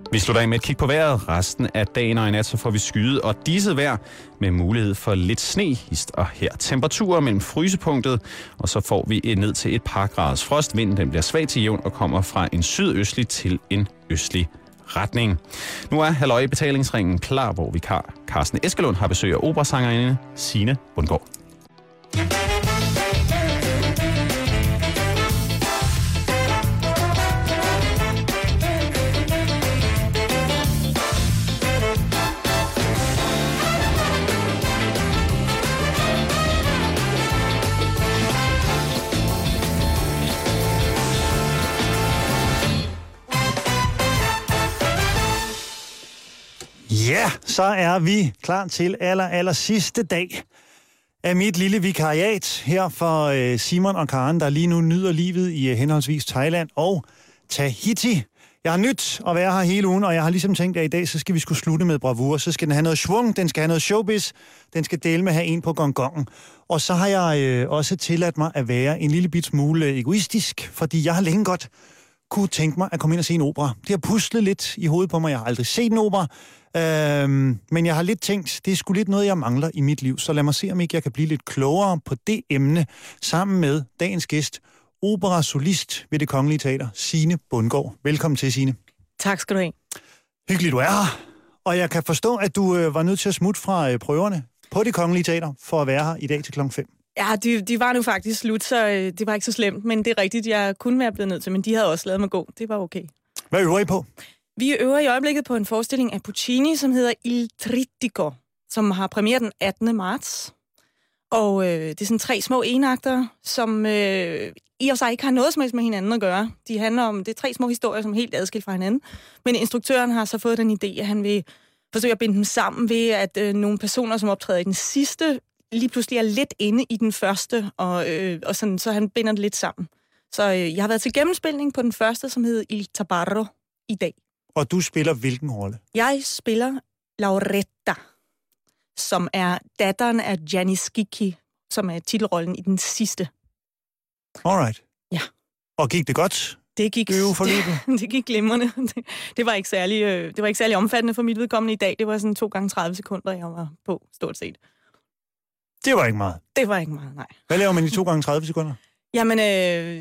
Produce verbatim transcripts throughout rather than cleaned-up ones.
Vi slutter af med et kig på vejret. Resten af dagen og i nat så får vi skyet og disset vejr med mulighed for lidt sne, hist og her. Temperaturer mellem frysepunktet, og så får vi ned til et par graders frost. Vinden den bliver svag til jævn og kommer fra en sydøstlig til en østlig retning. Nu er halløj i betalingsringen klar, hvor vikar Carsten Eskelund har besøg af operasangerinde Signe Bundgaard. Ja, så er vi klar til aller, aller sidste dag af mit lille vikariat her for øh, Simon og Karen, der lige nu nyder livet i øh, henholdsvis Thailand og Tahiti. Jeg har nyt at være her hele ugen, og jeg har ligesom tænkt, at i dag så skal vi skulle slutte med bravur. Så skal den have noget schwung, den skal have noget showbiz, den skal dele med at have en på gongongen. Og så har jeg øh, også tilladt mig at være en lille bit smule egoistisk, fordi jeg har længe godt kunne tænke mig at komme ind og se en opera. Det har puslet lidt i hovedet på mig. Jeg har aldrig set en opera. Øhm, men jeg har lidt tænkt, det er sgu lidt noget, jeg mangler i mit liv, så lad mig se, om ikke jeg kan blive lidt klogere på det emne, sammen med dagens gæst, operasolist ved Det Kongelige Teater, Signe Bundgaard. Velkommen til, Signe. Tak skal du have. Hyggeligt, du er her. Og jeg kan forstå, at du øh, var nødt til at smutte fra øh, prøverne på Det Kongelige Teater, for at være her i dag til klokken fem. Ja, de, de var nu faktisk slut, så øh, det var ikke så slemt, men det er rigtigt, jeg kunne være blevet nødt til, men de havde også lavet mig gå. Det var okay. Hvad øver I på? Vi øver i øjeblikket på en forestilling af Puccini, som hedder Il Trittico, som har premiere den attende marts. Og øh, det er sådan tre små enakter, som øh, i og sig ikke har noget som helst med hinanden at gøre. De handler om, det er tre små historier, som er helt adskilt fra hinanden. Men instruktøren har så fået den idé, at han vil forsøge at binde dem sammen ved, at øh, nogle personer, som optræder i den sidste, lige pludselig er lidt inde i den første, og, øh, og sådan, så han binder det lidt sammen. Så øh, jeg har været til gennemspilning på den første, som hedder Il Tabarro, i dag. Og du spiller hvilken rolle? Jeg spiller Lauretta, som er datteren af Gianni Schicchi, som er titelrollen i den sidste. Alright. Ja. Og gik det godt? Det gik, det, det gik glimrende. Det, det, var ikke særlig, øh, det var ikke særlig omfattende for mit vedkommende i dag. Det var sådan to gange tredive sekunder, jeg var på, stort set. Det var ikke meget? Det var ikke meget, nej. Hvad laver man i to gange tredive sekunder? Jamen, øh,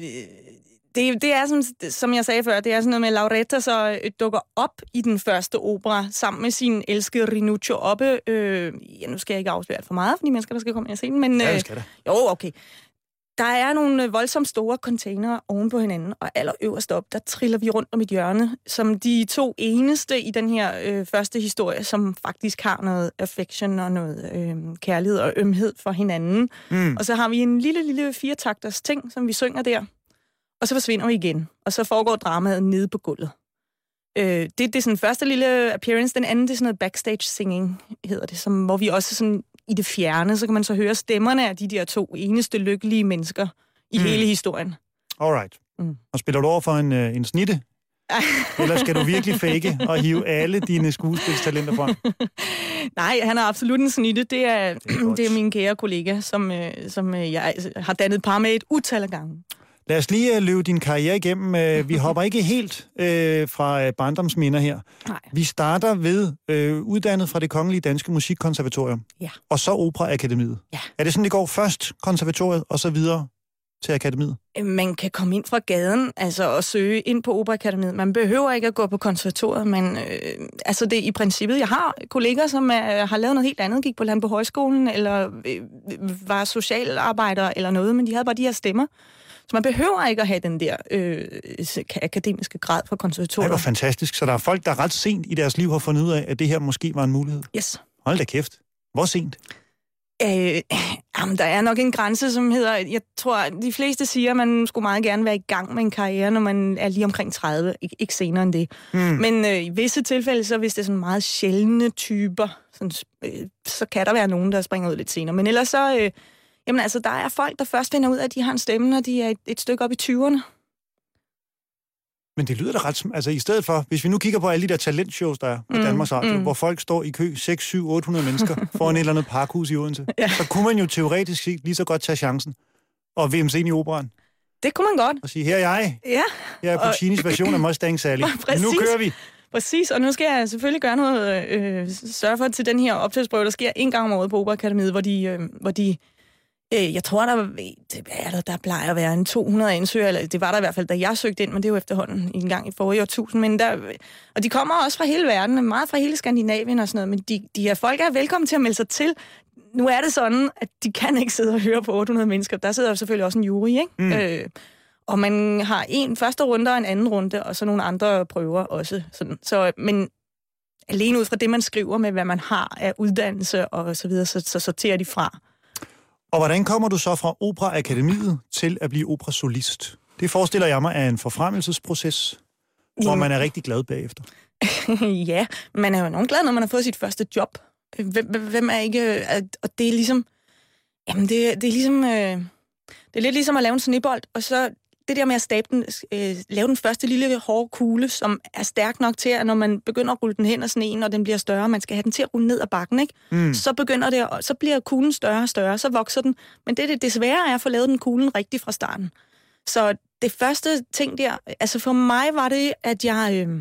det, det er som, som jeg sagde før, det er sådan noget med, Lauretta så øh, dukker op i den første opera, sammen med sin elskede Rinuccio oppe. Øh, ja, nu skal jeg ikke afsløre for meget, for de mennesker, der skal komme ind og se den, men... Øh, ja, det skal det. Jo, okay. Der er nogle voldsomt store containere oven på hinanden, og allerøverst op, der triller vi rundt om et hjørne, som de to eneste i den her øh, første historie, som faktisk har noget affection og noget øh, kærlighed og ømhed for hinanden. Mm. Og så har vi en lille, lille firetakters ting, som vi synger der, og så forsvinder vi igen, og så foregår dramaet nede på gulvet. Øh, det, det er sådan første lille appearance, den anden det er sådan noget backstage singing, hedder det, som, hvor vi også sådan i det fjerne, så kan man så høre stemmerne af de der to eneste lykkelige mennesker i mm. hele historien. Alright. Mm. Og spiller du over for en, øh, en snitte? Eller skal du virkelig fake og hive alle dine skuespilstalenter frem? Nej, han er absolut en snitte. Det er, det er, det er min kære kollega, som, øh, som øh, jeg har dannet par med et utal af gange. Lad os lige uh, løbe din karriere igennem. Uh, vi hopper ikke helt uh, fra uh, barndomsminder her. Nej. Vi starter ved uh, uddannet fra Det Kongelige Danske Musikkonservatorium. Ja. Og så Operaakademiet. Ja. Er det sådan, det går først konservatoriet, og så videre til akademiet? Man kan komme ind fra gaden altså, og søge ind på Operaakademiet. Man behøver ikke at gå på konservatoriet, men øh, altså det er i princippet. Jeg har kolleger, som er, har lavet noget helt andet, gik på Landbohøjskolen, eller øh, var socialarbejdere eller noget, men de havde bare de her stemmer. Så man behøver ikke at have den der øh, akademiske grad fra konservatoriet. Det var fantastisk. Så der er folk, der ret sent i deres liv har fundet ud af, at det her måske var en mulighed? Yes. Hold da kæft. Hvor sent? Øh, jamen, der er nok en grænse, som hedder... Jeg tror, de fleste siger, at man skulle meget gerne være i gang med en karriere, når man er lige omkring tredive. Ik- ikke senere end det. Mm. Men øh, i visse tilfælde, så hvis det er sådan meget sjældne typer, sådan, øh, så kan der være nogen, der springer ud lidt senere. Men ellers så... Øh, Jamen altså, der er folk, der først finder ud af, at de har en stemme, når de er et, et stykke op i tyverne. Men det lyder da ret... Altså i stedet for, hvis vi nu kigger på alle de der talentshows, der er på mm, Danmarks Radio, mm. hvor folk står i kø seks, syv, otte hundrede mennesker foran et eller andet parkhus i Odense, ja. Så kunne man jo teoretisk set lige så godt tage chancen og V M C'en i operaen. Det kunne man godt. Og sige, her er jeg. Ja. Her er Puccinis version af Mustang Sally. Præcis. Nu kører vi. Præcis, og nu skal jeg selvfølgelig gøre noget, øh, sørge for til den her optagelsesprøve, der sker en gang om året på Operaakademiet, hvor de, øh, hvor de øh, jeg tror, der, det er der, der plejer at være en to hundrede ansøgere, eller det var der i hvert fald, da jeg søgte ind, men det er jo efterhånden en gang i forrige årtusind, men der, og de kommer også fra hele verden, meget fra hele Skandinavien og sådan noget, men de, de her folk er velkommen til at melde sig til. Nu er det sådan, at de kan ikke sidde og høre på otte hundrede mennesker, der sidder selvfølgelig også en jury, ikke? Mm. Øh, Og man har en første runde og en anden runde, og så nogle andre prøver også. Sådan. Så, men alene ud fra det, man skriver med, hvad man har af uddannelse og så videre, så, så sorterer de fra. Og hvordan kommer du så fra Operaakademiet til at blive operasolist? Det forestiller jeg mig er en forfremmelsesproces, hvor Jamen. man er rigtig glad bagefter. Ja, man er jo enormt glad, når man har fået sit første job. Hvem, hvem er ikke... Og det er ligesom... Jamen, det, det er ligesom... Øh, det er lidt ligesom at lave en snebold, og så... Det der med at stabe den, øh, lave den første lille hårde kugle, som er stærk nok til, at når man begynder at rulle den hen ad sneen, og den bliver større, man skal have den til at rulle ned ad bakken, ikke? Mm. Så begynder det, og så bliver kuglen større og større, så vokser den. Men det, det, det svære er at få lavet den kuglen rigtigt fra starten. Så det første ting der, altså for mig var det, at jeg, øh,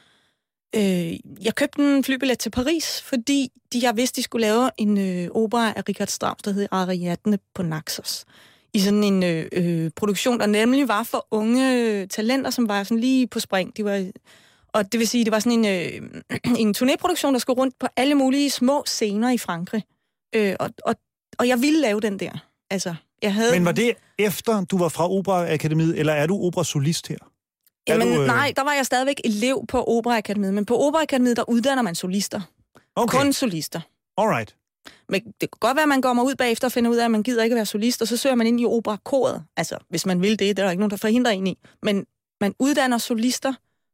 øh, jeg købte en flybillet til Paris, fordi de, jeg vidste, de skulle lave en øh, opera af Richard Strauss, der hed Ariadne på Naxos. I sådan en øh, øh, produktion, der nemlig var for unge talenter, som var sådan lige på spring. De var, og det vil sige, det var sådan en, øh, en turnéproduktion, der skulle rundt på alle mulige små scener i Frankrig. Øh, og, og, og jeg ville lave den der. Altså, jeg havde... Men var det efter, du var fra Operaakademiet, eller er du operasolist her? Jamen, du, øh... nej, der var jeg stadigvæk elev på Operaakademiet, men på Operaakademiet, der uddanner man solister. Okay. Kun solister. Alright. Men det kan godt være, at man går ud bagefter og finder ud af, at man gider ikke at være solist, og så søger man ind i operakoret. Altså, hvis man vil det, det er der ikke nogen, der forhindrer en i. Men man uddanner solister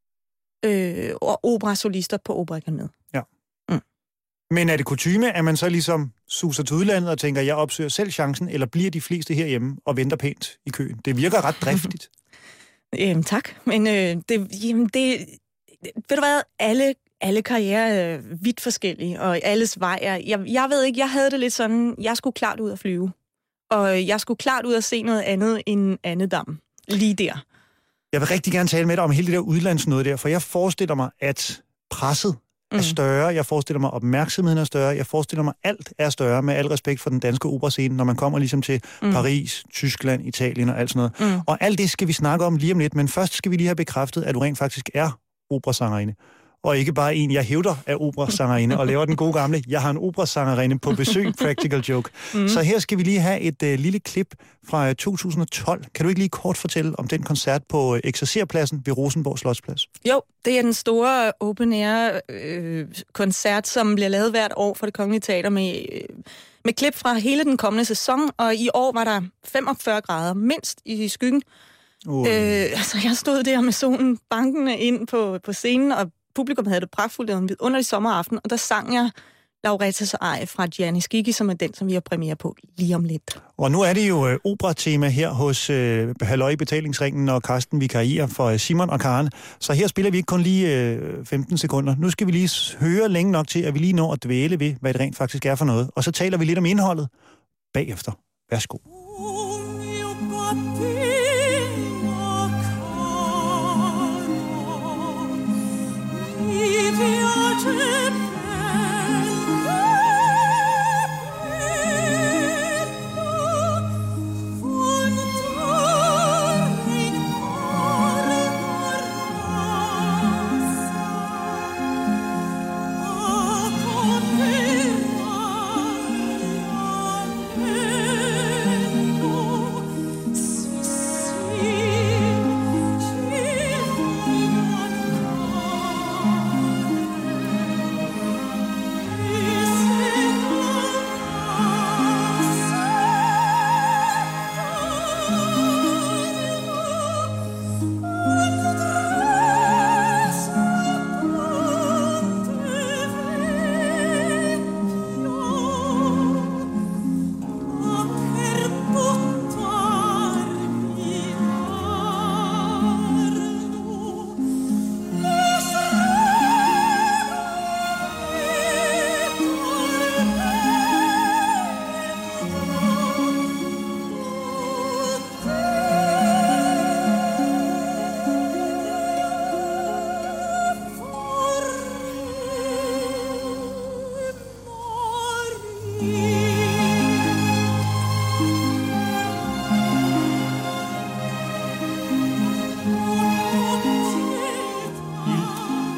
øh, og operasolister på Operaakademiet. Ja. Mm. Men er det kutyme, at man så ligesom suser til udlandet og tænker, jeg opsøger selv chancen, eller bliver de fleste herhjemme og venter pænt i køen? Det virker ret driftigt. Jamen, tak. Men øh, det, jamen, det... Ved du hvad? Alle... Alle karrierer er vidt forskellige, og alles vej er... Jeg, jeg ved ikke, jeg havde det lidt sådan, jeg skulle klart ud at flyve. Og jeg skulle klart ud at se noget andet end andedam. Lige der. Jeg vil rigtig gerne tale med dig om hele det der udlandsnøde der, for jeg forestiller mig, at presset mm. er større. Jeg forestiller mig, at opmærksomheden er større. Jeg forestiller mig, at alt er større, med al respekt for den danske operascene, når man kommer ligesom til mm. Paris, Tyskland, Italien og alt sådan noget. Mm. Og alt det skal vi snakke om lige om lidt, men først skal vi lige have bekræftet, at du rent faktisk er operasangerinde. Og ikke bare en, jeg hævder af operasangerinde og laver den gode gamle, jeg har en operasangerinde på besøg, practical joke. Mm. Så her skal vi lige have et uh, lille klip fra to tusind og tolv. Kan du ikke lige kort fortælle om den koncert på Eksercerpladsen ved Rosenborg Slotsplads? Jo, det er den store open-air-koncert, øh, som bliver lavet hvert år for Det Kongelige Teater med, øh, med klip fra hele den kommende sæson. Og i år var der femogfyrre grader mindst i skyggen. Uh. Øh, altså, jeg stod der med solen bankende ind på, på scenen, og publikum havde det pragtfuldt, det var en vidunderlig sommeraften, og der sang jeg Lauretas Eje fra Gianni Schicchi, som er den, som vi har premiere på lige om lidt. Og nu er det jo øh, operatema her hos øh, Halløj i Betalingsringen, og Karsten vikarierer for øh, Simon og Karen. Så her spiller vi ikke kun lige øh, femten sekunder. Nu skal vi lige høre længe nok til, at vi lige når at dvæle ved, hvad det rent faktisk er for noget. Og så taler vi lidt om indholdet bagefter. Værsgo.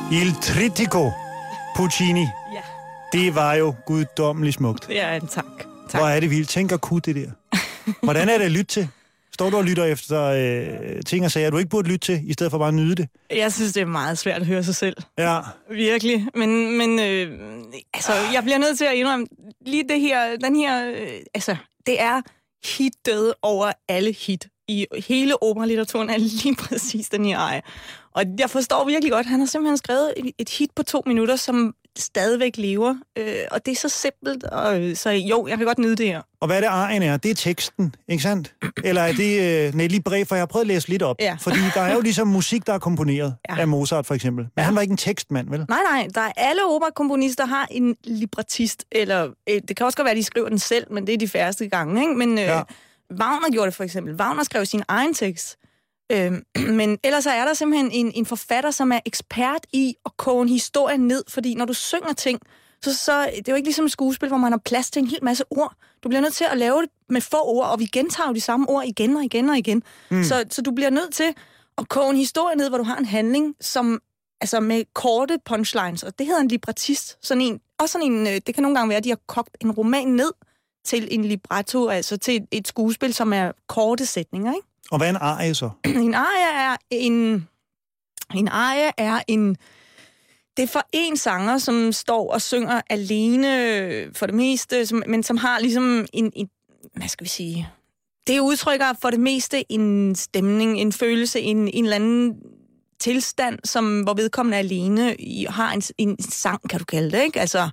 Il Trittico, Puccini. Ja. Det var jo guddommeligt smukt. Det er en tak. tak. Hvor er det vildt. Tænk at kunne det der. Hvordan er det at lytte til? Står du og lytter efter øh, ting og sager, du ikke burde lytte til, i stedet for bare at nyde det? Jeg synes, det er meget svært at høre sig selv. Ja. Virkelig. Men, men øh, altså, jeg bliver nødt til at indrømme, lige det her, den her, øh, altså, det er hittet over alle hit. I hele operalitteraturen er lige præcis den her eje. Og jeg forstår virkelig godt, han har simpelthen skrevet et hit på to minutter, som stadigvæk lever. Øh, og det er så simpelt, og så jo, jeg kan godt nyde det her. Og hvad er det, arien er? Det er teksten, ikke sandt? Eller er det... Øh, nej, lige brev, for jeg har prøvet at læse lidt op. Ja. Fordi der er jo ligesom musik, der er komponeret ja. af Mozart, for eksempel. Men ja. han var ikke en tekstmand, vel? Nej, nej. Der er alle operakomponister har en librettist, eller... Øh, det kan også godt være, at de skriver den selv, men det er de færreste gange, ikke? Men øh, ja. Wagner gjorde det, for eksempel. Wagner skrev sin egen tekst. Øh, men ellers er der simpelthen en, en forfatter, som er ekspert i at koge en historie ned, fordi når du synger ting, så, så det er jo ikke ligesom et skuespil, hvor man har plads til en hel masse ord. Du bliver nødt til at lave det med få ord, og vi gentager jo de samme ord igen og igen og igen. Mm. Så, så du bliver nødt til at koge en historie ned, hvor du har en handling, som altså med korte punchlines, og det hedder en librettist. Sådan en, også sådan en, det kan nogle gange være, at de har kogt en roman ned til en libretto, altså til et, et skuespil, som er korte sætninger, ikke? Og hvad er en arie så? En arie er en... En arie er en... Det er for en sanger, som står og synger alene for det meste, som, men som har ligesom en, en... Hvad skal vi sige? Det udtrykker for det meste en stemning, en følelse, en, en eller anden tilstand, som, hvor vedkommende er alene i, har en, en sang, kan du kalde det, ikke? Altså...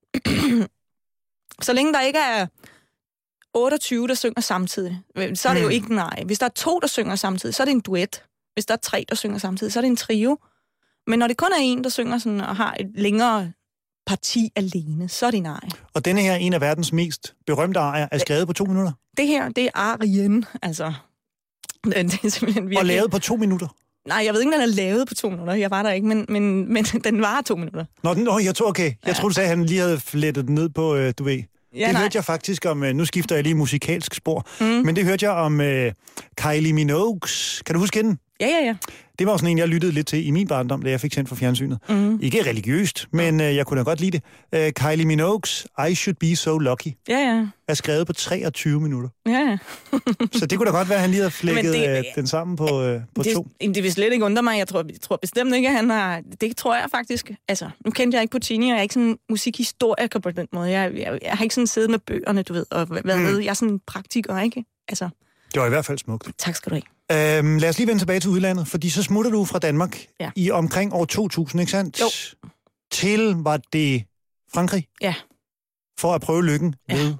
så længe der ikke er otteogtyve, der synger samtidig, så er det jo ikke en arie. Hvis der er to, der synger samtidig, så er det en duet. Hvis der er tre, der synger samtidig, så er det en trio. Men når det kun er en, der synger sådan, og har et længere parti alene, så er det en arie. Og denne her, en af verdens mest berømte arier, er skrevet på to minutter? Det her, det er arien, altså. Det er simpelthen virkelig... Og lavet på to minutter? Nej, jeg ved ikke, om den er lavet på to minutter. Jeg var der ikke, men, men, men den var to minutter. Nå, den, nå jeg tror, okay. Jeg ja. troede, du sagde, at han lige havde flettet den ned på, øh, du ved... Ja, det nej. hørte jeg faktisk om, nu skifter jeg lige musikalsk spor, mm. men det hørte jeg om uh, Kylie Minogue. Kan du huske den? Ja, ja, ja. Det var sådan en, jeg lyttede lidt til i min barndom, da jeg fik sendt fra fjernsynet. Mm. Ikke religiøst, men uh, jeg kunne da godt lide det. Uh, Kylie Minogue's I Should Be So Lucky ja, ja. er skrevet på treogtyve minutter. Ja, ja. Så det kunne da godt være, at han lige havde flækket det, uh, den sammen på, uh, på det, to. Det vil slet ikke undre mig. Jeg tror, jeg tror bestemt ikke, at han har... Det tror jeg faktisk. Altså, nu kendte jeg ikke Puccini, og jeg er ikke sådan musikhistoriker på den måde. Jeg, jeg, jeg har ikke sådan siddet med bøgerne, du ved, og hvad mm. ved. Jeg er sådan en praktiker, ikke? Altså... Det var i hvert fald smukt. Tak skal du have. Øhm, lad os lige vende tilbage til udlandet, fordi så smutter du fra Danmark ja. i omkring år to tusind, ikke sandt? Jo. Til, var det Frankrig? Ja. For at prøve lykken ja. ved?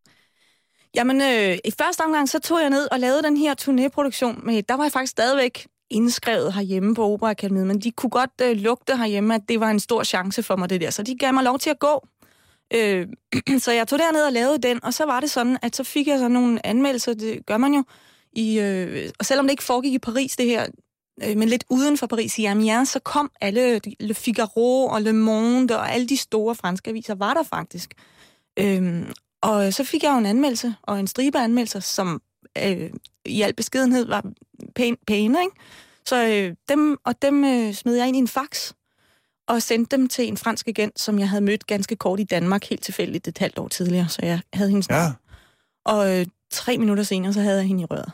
Jamen, øh, i første omgang, så tog jeg ned og lavede den her turnéproduktion. Med, der var jeg faktisk stadigvæk indskrevet herhjemme på Operaakademiet, men de kunne godt øh, lugte herhjemme, at det var en stor chance for mig, det der. Så de gav mig lov til at gå. Øh, så jeg tog derned og lavede den, og så var det sådan, at så fik jeg så nogle anmeldelser, det gør man jo, i, øh, og selvom det ikke foregik i Paris, det her, øh, men lidt uden for Paris, i Amiens, så kom alle, Le Figaro og Le Monde, og alle de store franske aviser var der faktisk. Øh, og så fik jeg jo en anmeldelse, og en stribe anmeldelser, som øh, i al beskedenhed var pæne, pæne ikke? Så øh, dem, og dem øh, smed jeg ind i en fax, og sendte dem til en fransk agent, som jeg havde mødt ganske kort i Danmark, helt tilfældigt et halvt år tidligere, så jeg havde hende snart. Ja. Og øh, tre minutter senere, så havde jeg hende i røret.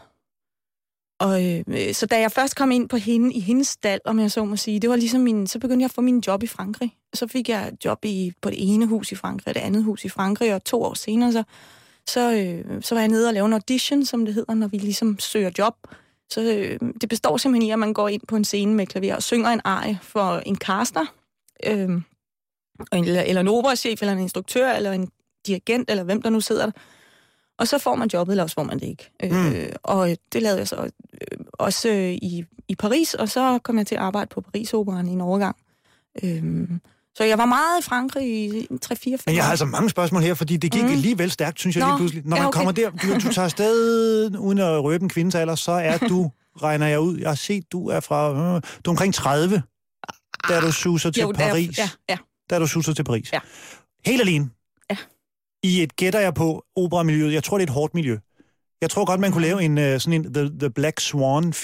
Og øh, så da jeg først kom ind på hende, i hendes stald, om jeg så må sige, det var ligesom min, så begyndte jeg at få min job i Frankrig. Så fik jeg job i, på det ene hus i Frankrig, og det andet hus i Frankrig, og to år senere, så, så, øh, så var jeg nede og lave en audition, som det hedder, når vi ligesom søger job. Så øh, det består simpelthen i, at man går ind på en scene med klaver og synger en arie for en caster, øh, eller, eller en operachef, eller en instruktør, eller en dirigent, eller hvem der nu sidder der. Og så får man jobbet, eller også får man det ikke. Mm. Øh, og det lavede jeg så øh, også øh, i, i Paris, og så kom jeg til at arbejde på Paris-operaen i en overgang. Øh, så jeg var meget i Frankrig i tre fire Men jeg har altså mange spørgsmål her, fordi det gik mm. alligevel stærkt, synes jeg Nå, lige pludselig. Når man ja, okay. kommer der, du, du tager afsted uden at røbe en kvindes alder, så er du, regner jeg ud, jeg har set, du er fra, øh, du er omkring tredive, da du suser til jo, Paris. Ja, ja. Da du suser til Paris. Ja. Helt alene. Ja. I et, gætter jeg på, operamiljøet. Jeg tror, det er et hårdt miljø. Jeg tror godt, man kunne lave en uh, sådan en The, The Black Swan-film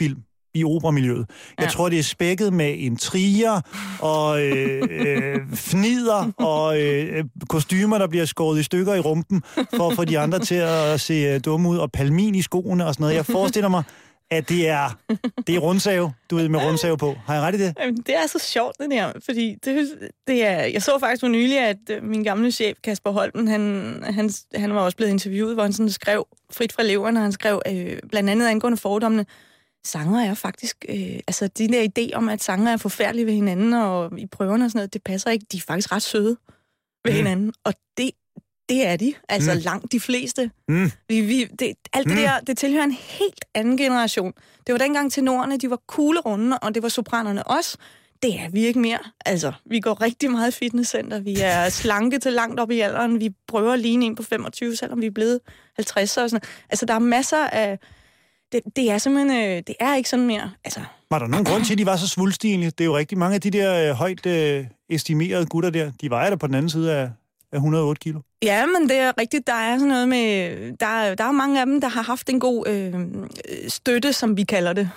i operamiljøet. Jeg ja. tror, det er spækket med intriger og øh, øh, fnider og øh, kostymer, der bliver skåret i stykker i rumpen, for at få de andre til at se øh, dumme ud, og palmin i skoene og sådan noget. Jeg forestiller mig, at det er, det er rundsave, du ved, med rundsave på. Har jeg ret i det? Jamen, det er så sjovt, det der, fordi det, det er, jeg så faktisk for nylig, at min gamle chef, Kasper Holten, han, han, han var også blevet interviewet, hvor han sådan skrev frit fra leveren, og han skrev øh, blandt andet angående fordommene, sanger er faktisk, øh, altså de der idé om, at sanger er forfærdelige ved hinanden, og i prøverne og sådan noget, det passer ikke. De er faktisk ret søde ved mm. hinanden, og det Det er de. Altså mm. langt de fleste. Mm. Vi, vi, det, alt det mm. der, det tilhører en helt anden generation. Det var dengang tenorerne, de var kuglerunde, og det var sopranerne også. Det er vi ikke mere. Altså, vi går rigtig meget i fitnesscenter. Vi er slanke til langt op i alderen. Vi prøver at ligne en på femogtyve, selvom vi er blevet halvtreds og sådan. Altså, der er masser af... Det, det er simpelthen... Det er ikke sådan mere. Altså... Var der nogen grund til, at de var så svulstige egentlig? Det er jo rigtig mange af de der øh, højt øh, estimerede gutter der. De vejer der på den anden side af... af et hundrede og otte kilo. Ja, men det er rigtigt. Der er sådan noget med... Der, der er mange af dem, der har haft en god øh, støtte, som vi kalder det.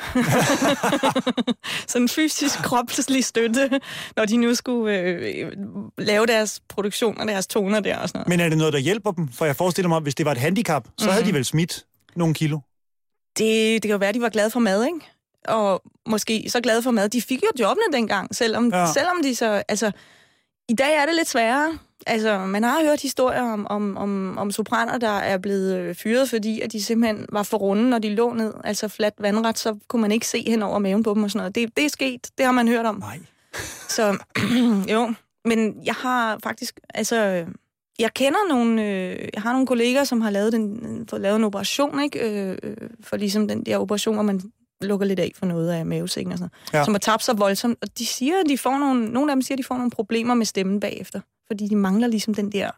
Sådan en fysisk, kropslig støtte, når de nu skulle øh, lave deres produktion og deres toner der og sådan noget. Men er det noget, der hjælper dem? For jeg forestiller mig, hvis det var et handicap, så mm-hmm. havde de vel smidt nogle kilo? Det, det kan jo være, at de var glade for mad, ikke? Og måske så glade for mad. De fik jo jobbene dengang, selvom, ja. selvom de så... Altså, i dag er det lidt sværere. Altså, man har hørt historier om, om, om, om sopraner, der er blevet fyret, fordi at de simpelthen var for runde, når de lå ned. Altså fladt vandret, så kunne man ikke se hen over maven på dem og sådan noget. Det, det er sket. Det har man hørt om. Nej. Så, jo. Men jeg har faktisk... Altså, jeg kender nogle... Øh, jeg har nogle kolleger, som har lavet, den, fået lavet en operation, ikke? Øh, for ligesom den der operation, hvor man lukker lidt af for noget af mavesækken og sådan noget, ja. Som har tabt sig voldsomt. Og de siger, at de får nogle... Nogle af dem siger, at de får nogle problemer med stemmen bagefter. Fordi de mangler ligesom den der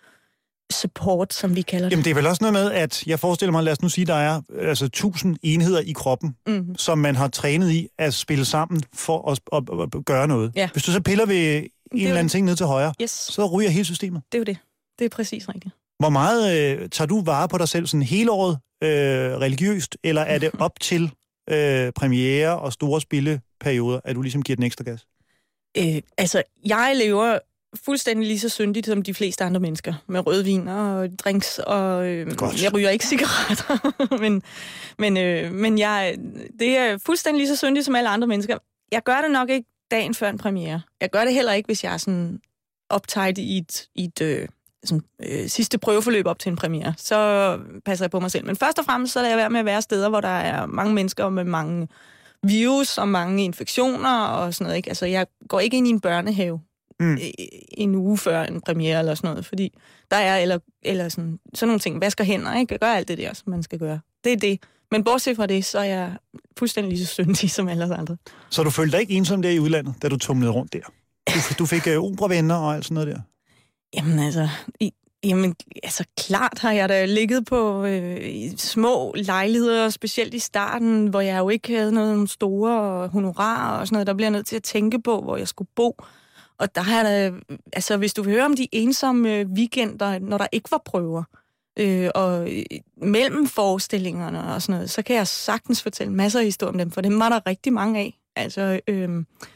support, som vi kalder det. Jamen, det er vel også noget med, at jeg forestiller mig, lad os nu sige, der er altså tusind enheder i kroppen, mm-hmm. som man har trænet i at spille sammen for at, at, at, at gøre noget. Ja. Hvis du så piller ved en eller anden ting ned til højre, yes. så ryger hele systemet. Det er jo det. Det er præcis rigtigt. Hvor meget øh, tager du vare på dig selv sådan hele året øh, religiøst, eller er det op til øh, premiere og store spilleperioder, at du ligesom giver den ekstra gas? Øh, altså, jeg lever fuldstændig lige så syndigt som de fleste andre mennesker, med rødvin og drinks, og øh, jeg ryger ikke cigaretter, men, men, øh, men jeg, det er fuldstændig lige så syndigt som alle andre mennesker. Jeg gør det nok ikke dagen før en premiere. Jeg gør det heller ikke, hvis jeg er sådan uptight i et, i et øh, sådan, øh, sidste prøveforløb op til en premiere. Så passer jeg på mig selv. Men først og fremmest så lader jeg være med at være steder, hvor der er mange mennesker med mange virus og mange infektioner og sådan noget. Ikke? Altså, jeg går ikke ind i en børnehave Mm. en uge før en premiere eller sådan noget, fordi der er eller, eller sådan, sådan nogle ting, vasker hænder, ikke? Gør alt det der, som man skal gøre. Det er det. Men bortset fra det, så er jeg fuldstændig lige så syndig som alle andre. Så du følte dig ikke ensom der i udlandet, da du tumlede rundt der? Du, du fik uh, operavenner og alt sådan noget der? Jamen altså, i, jamen, altså klart har jeg da ligget på øh, små lejligheder, specielt i starten, hvor jeg jo ikke havde noget store honorar og sådan noget, der bliver jeg nødt til at tænke på, hvor jeg skulle bo. Og der er der, altså hvis du vil høre om de ensomme weekender, når der ikke var prøver, øh, og mellem forestillingerne og sådan noget, så kan jeg sagtens fortælle masser af historier om dem, for dem var der rigtig mange af. Altså, øh,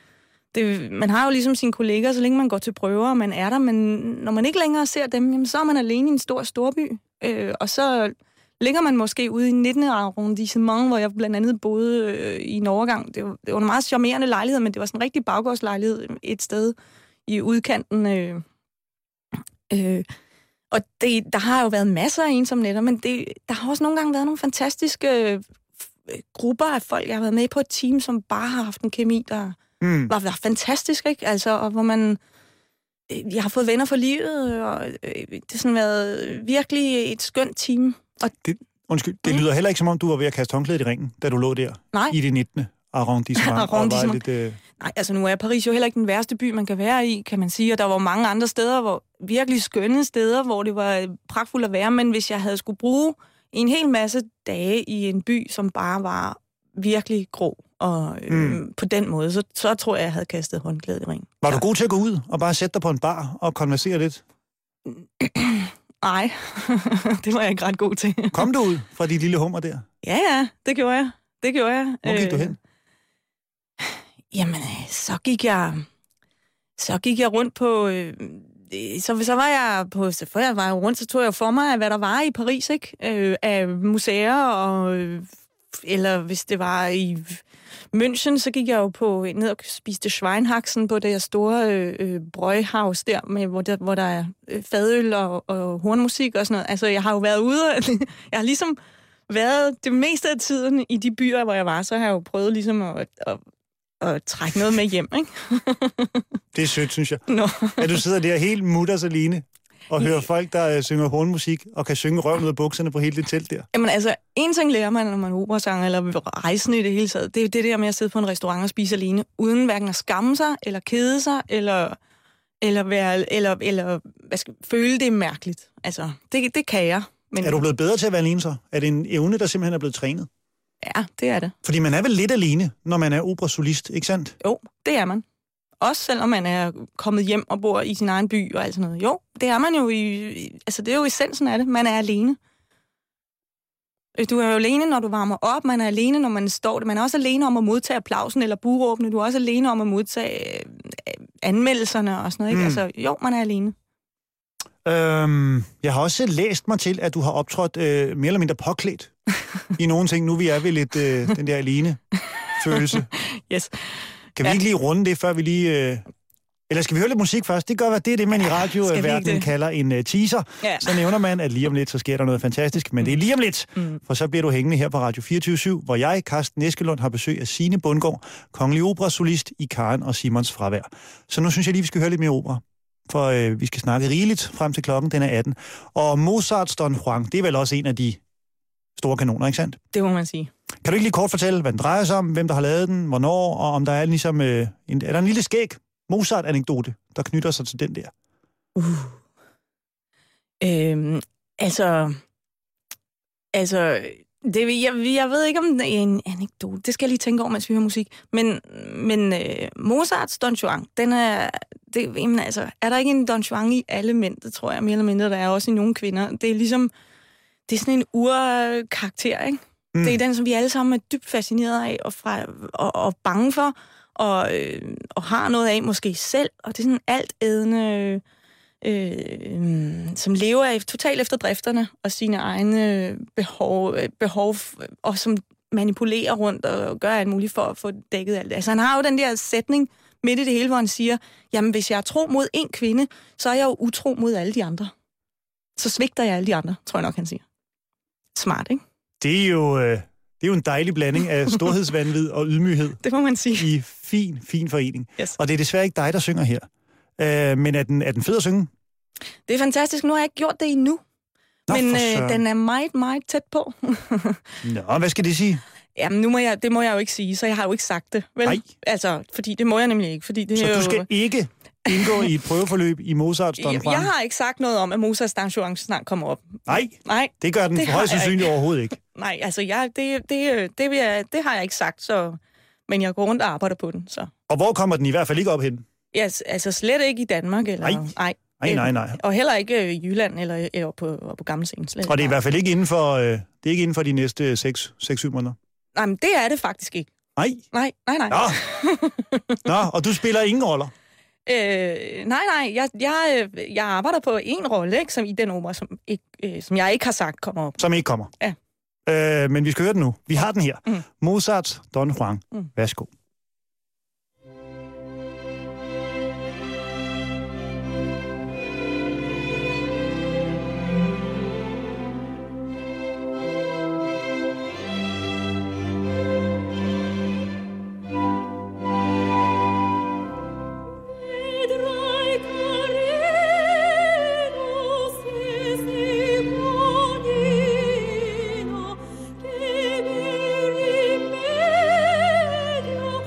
det, man har jo ligesom sine kolleger, så længe man går til prøver, og man er der, men når man ikke længere ser dem, jamen, så er man alene i en stor storby, øh, og så ligger man måske ude i nittende arrondissement, hvor jeg blandt andet boede øh, i en overgang. Det var, det var en meget charmerende lejlighed, men det var sådan en rigtig baggårdslejlighed et sted i udkanten. Øh, øh, og det, der har jo været masser af ensomme nætter, men det, der har også nogle gange været nogle fantastiske øh, grupper af folk. Jeg har været med på et team, som bare har haft en kemi, der mm. var, var fantastisk, ikke? Altså, og hvor man... Jeg har fået venner for livet, og øh, det har sådan været virkelig et skønt team. Og det, undskyld, det lyder heller ikke, som om du var ved at kaste håndklædet i ringen, da du lå der. Nej. I det nittende arrondissement. arrondissement. Lidt, øh... Nej, altså nu er Paris jo heller ikke den værste by, man kan være i, kan man sige. Og der var mange andre steder, hvor virkelig skønne steder, hvor det var pragtfuldt at være. Men hvis jeg havde skulle bruge en hel masse dage i en by, som bare var virkelig grå, og øh, mm. på den måde, så, så tror jeg, jeg havde kastet håndklædet i ringen. Var du god til at gå ud og bare sætte dig på en bar og konversere lidt? Nej, det var jeg ikke ret god til. Kom du ud fra de lille hummer der? Ja, ja, det gjorde jeg. Det gjorde jeg. Hvor gik øh, du hen? Jamen, så gik jeg, så gik jeg rundt på... Øh, så, så var jeg på... Så før jeg var rundt, så tog jeg for mig, hvad der var i Paris, ikke? Øh, af museer, og... Øh, eller hvis det var i München, så gik jeg jo på ned og spiste Schweinhaxen på det store øh, brøghaus der, med, hvor, der, hvor der er fadøl og, og hornmusik og sådan noget. Altså, jeg har jo været ude, og jeg har ligesom været det meste af tiden i de byer, hvor jeg var, så har jeg jo prøvet ligesom at, at, at trække noget med hjem, ikke? Det er sødt, synes jeg. Nå. At du sidder der helt mutters alene og hører folk, der øh, synger hornmusik og kan synge røven ud af bukserne på hele det telt der. Jamen altså, en ting lærer man, når man er operasanger eller rejsende i det hele taget, det er jo det der med at sidde på en restaurant og spise alene, uden hverken at skamme sig, eller kede sig, eller, eller, være, eller, eller hvad skal, føle det er mærkeligt. Altså, det, det kan jeg. Men... Er du blevet bedre til at være alene så? Er det en evne, der simpelthen er blevet trænet? Ja, det er det. Fordi man er vel lidt alene, når man er operasolist, ikke sandt? Jo, det er man. Også selvom man er kommet hjem og bor i sin egen by og alt sådan noget. Jo, det er man jo i... Altså, det er jo essensen af det. Man er alene. Du er jo alene, når du varmer op. Man er alene, når man står der. Man er også alene om at modtage applausen eller buråbne. Du er også alene om at modtage anmeldelserne og sådan noget, ikke? Mm. Altså, jo, man er alene. Øhm, jeg har også læst mig til, at du har optrådt øh, mere eller mindre påklædt i nogle ting. Nu vi er ved lidt øh, den der alene-følelse. Yes. Kan vi ja. ikke lige runde det, før vi lige... Øh... Eller skal vi høre lidt musik først? Det gør, hvad det er det, man i radioverdenen kalder en uh, teaser. Ja. Så nævner man, at lige om lidt, så sker der noget fantastisk. Men mm. det er lige om lidt, mm. for så bliver du hængende her på Radio fireogtyve syv, hvor jeg, Carsten Eskelund, har besøg af Signe Bundgaard, kongelig operasolist i Karen og Simons fravær. Så nu synes jeg lige, vi skal høre lidt mere opera. For øh, vi skal snakke rigeligt frem til klokken, den er atten. Og Mozarts Don Juan, det er vel også en af de store kanoner, ikke sandt? Det må man sige. Kan du ikke lige kort fortælle, hvad den drejer sig om, hvem der har lavet den, hvornår, og om der er ligesom øh, en, er der en lille skæg Mozart-anekdote, der knytter sig til den der? Uh. Øhm, altså, altså, det, jeg, jeg ved ikke, om det er en anekdote. Det skal jeg lige tænke over, mens vi hører musik. Men, men øh, Mozarts Don Juan, den er, det, jamen, altså, er der ikke en Don Juan i alle mænd? Det tror jeg mere eller mindre, der er også i nogle kvinder. Det er ligesom, det er sådan en urkarakter, ikke? Mm. Det er den, som vi alle sammen er dybt fascineret af og, fra, og, og bange for, og, øh, og har noget af måske selv. Og det er sådan alt ædende, øh, øh, som lever af, totalt efter drifterne og sine egne behov, behov, og som manipulerer rundt og gør alt muligt for at få dækket alt det. Altså han har jo den der sætning midt i det hele, hvor han siger, jamen hvis jeg er tro mod en kvinde, så er jeg jo utro mod alle de andre. Så svigter jeg alle de andre, tror jeg nok, han siger. Smart, ikke? Det er jo, øh, det er jo en dejlig blanding af storhedsvanvid og ydmyghed. Det må man sige. I fin, fin forening. Yes. Og det er desværre ikke dig, der synger her. Øh, men er den, er den fed at synge? Det er fantastisk. Nu har jeg ikke gjort det endnu. Nå, men øh, den er meget, meget tæt på. Nå, hvad skal det sige? Jamen, nu må jeg, det må jeg jo ikke sige, så jeg har jo ikke sagt det. Vel? Nej. Altså, fordi det må jeg nemlig ikke. Fordi det så er du jo... skal ikke indgå i et prøveforløb i Mozarts Don Juan? Jeg, jeg har ikke sagt noget om, at Mozarts Don Juan snart kommer op. Nej, Nej, det gør den det højst sandsynligt overhovedet ikke. Nej, altså, jeg, det, det, det, vil jeg, det har jeg ikke sagt, så... men jeg går rundt og arbejder på den. Så. Og hvor kommer den i hvert fald ikke op hen? Ja, altså slet ikke i Danmark. Eller, nej. nej. Nej, nej, nej. Og heller ikke i Jylland eller, eller på, på Gamle Scene. Og det er i hvert fald ikke inden for, øh, det er ikke inden for de næste seks syv måneder? Nej, men det er det faktisk ikke. Nej? Nej, nej, nej. Nå, Nå og du spiller ingen roller? Øh, nej, nej. Jeg, jeg, jeg arbejder på en rolle, ikke, som i den opera, som, ikke, øh, som jeg ikke har sagt kommer op. Som ikke kommer? Ja. Øh, men vi skal høre den nu. Vi har den her. Mm. Mozarts Don Juan. Mm. Værsgo. Che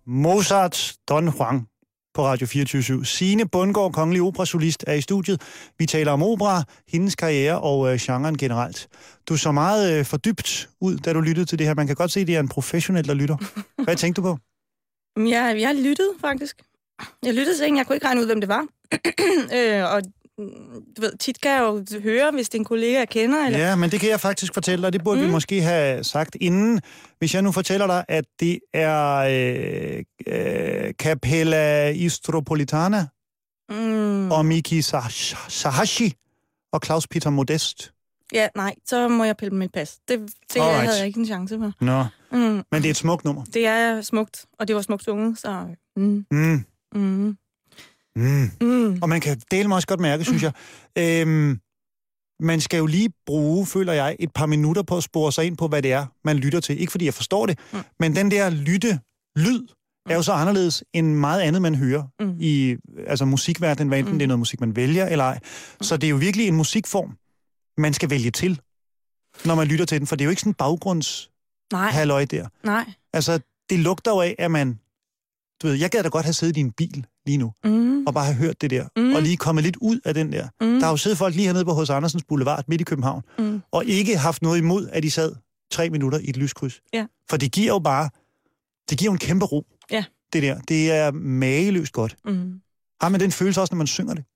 Mozarts Don Juan på Radio fireogtyve syv. Signe Bundgaard, kongelig operasolist, er i studiet. Vi taler om opera, hendes karriere og øh, genren generelt. Du så meget øh, fordybt ud, da du lyttede til det her. Man kan godt se, at det er en professionel, der lytter. Hvad tænkte du på? Jeg, jeg lyttede faktisk. Jeg lyttede til en, jeg kunne ikke regne ud, hvem det var. øh, og du ved, tit kan jeg jo høre, hvis det er en kollega, jeg kender. Eller... Ja, men det kan jeg faktisk fortælle dig. Det burde mm. vi måske have sagt inden. Hvis jeg nu fortæller dig, at det er øh, øh, Capella Istropolitana mm. og Miki Sahashi og Claus Peter Modest. Ja, nej, så må jeg pille med et pas. Det, det havde jeg ikke en chance for. Nå, mm. men det er et smukt nummer. Det er smukt, og det var smukt sunget, så... Mm. Mm. Mm. Mm. Mm. Og man kan dele mig også godt mærke, synes jeg. Øhm, man skal jo lige bruge, føler jeg, et par minutter på at spore sig ind på, hvad det er, man lytter til. Ikke fordi jeg forstår det, mm. men den der lytte-lyd er jo så anderledes end meget andet, man hører mm. i altså musikverdenen, hvad enten mm. det er noget musik, man vælger eller ej. Mm. Så det er jo virkelig en musikform, man skal vælge til, når man lytter til den. For det er jo ikke sådan en baggrunds halløj der. Nej. Altså, det lugter jo af, at man... Du ved, jeg gad da godt have siddet i en bil lige nu, mm. og bare have hørt det der, mm. og lige kommet lidt ud af den der. Mm. Der har jo siddet folk lige hernede på H C Andersens Boulevard midt i København, mm. og ikke haft noget imod, at de sad tre minutter i et lyskryds. Ja. For det giver jo bare, det giver jo en kæmpe ro, ja. Det der. Det er mageløst godt. Mm. Har man den følelse også, når man synger det?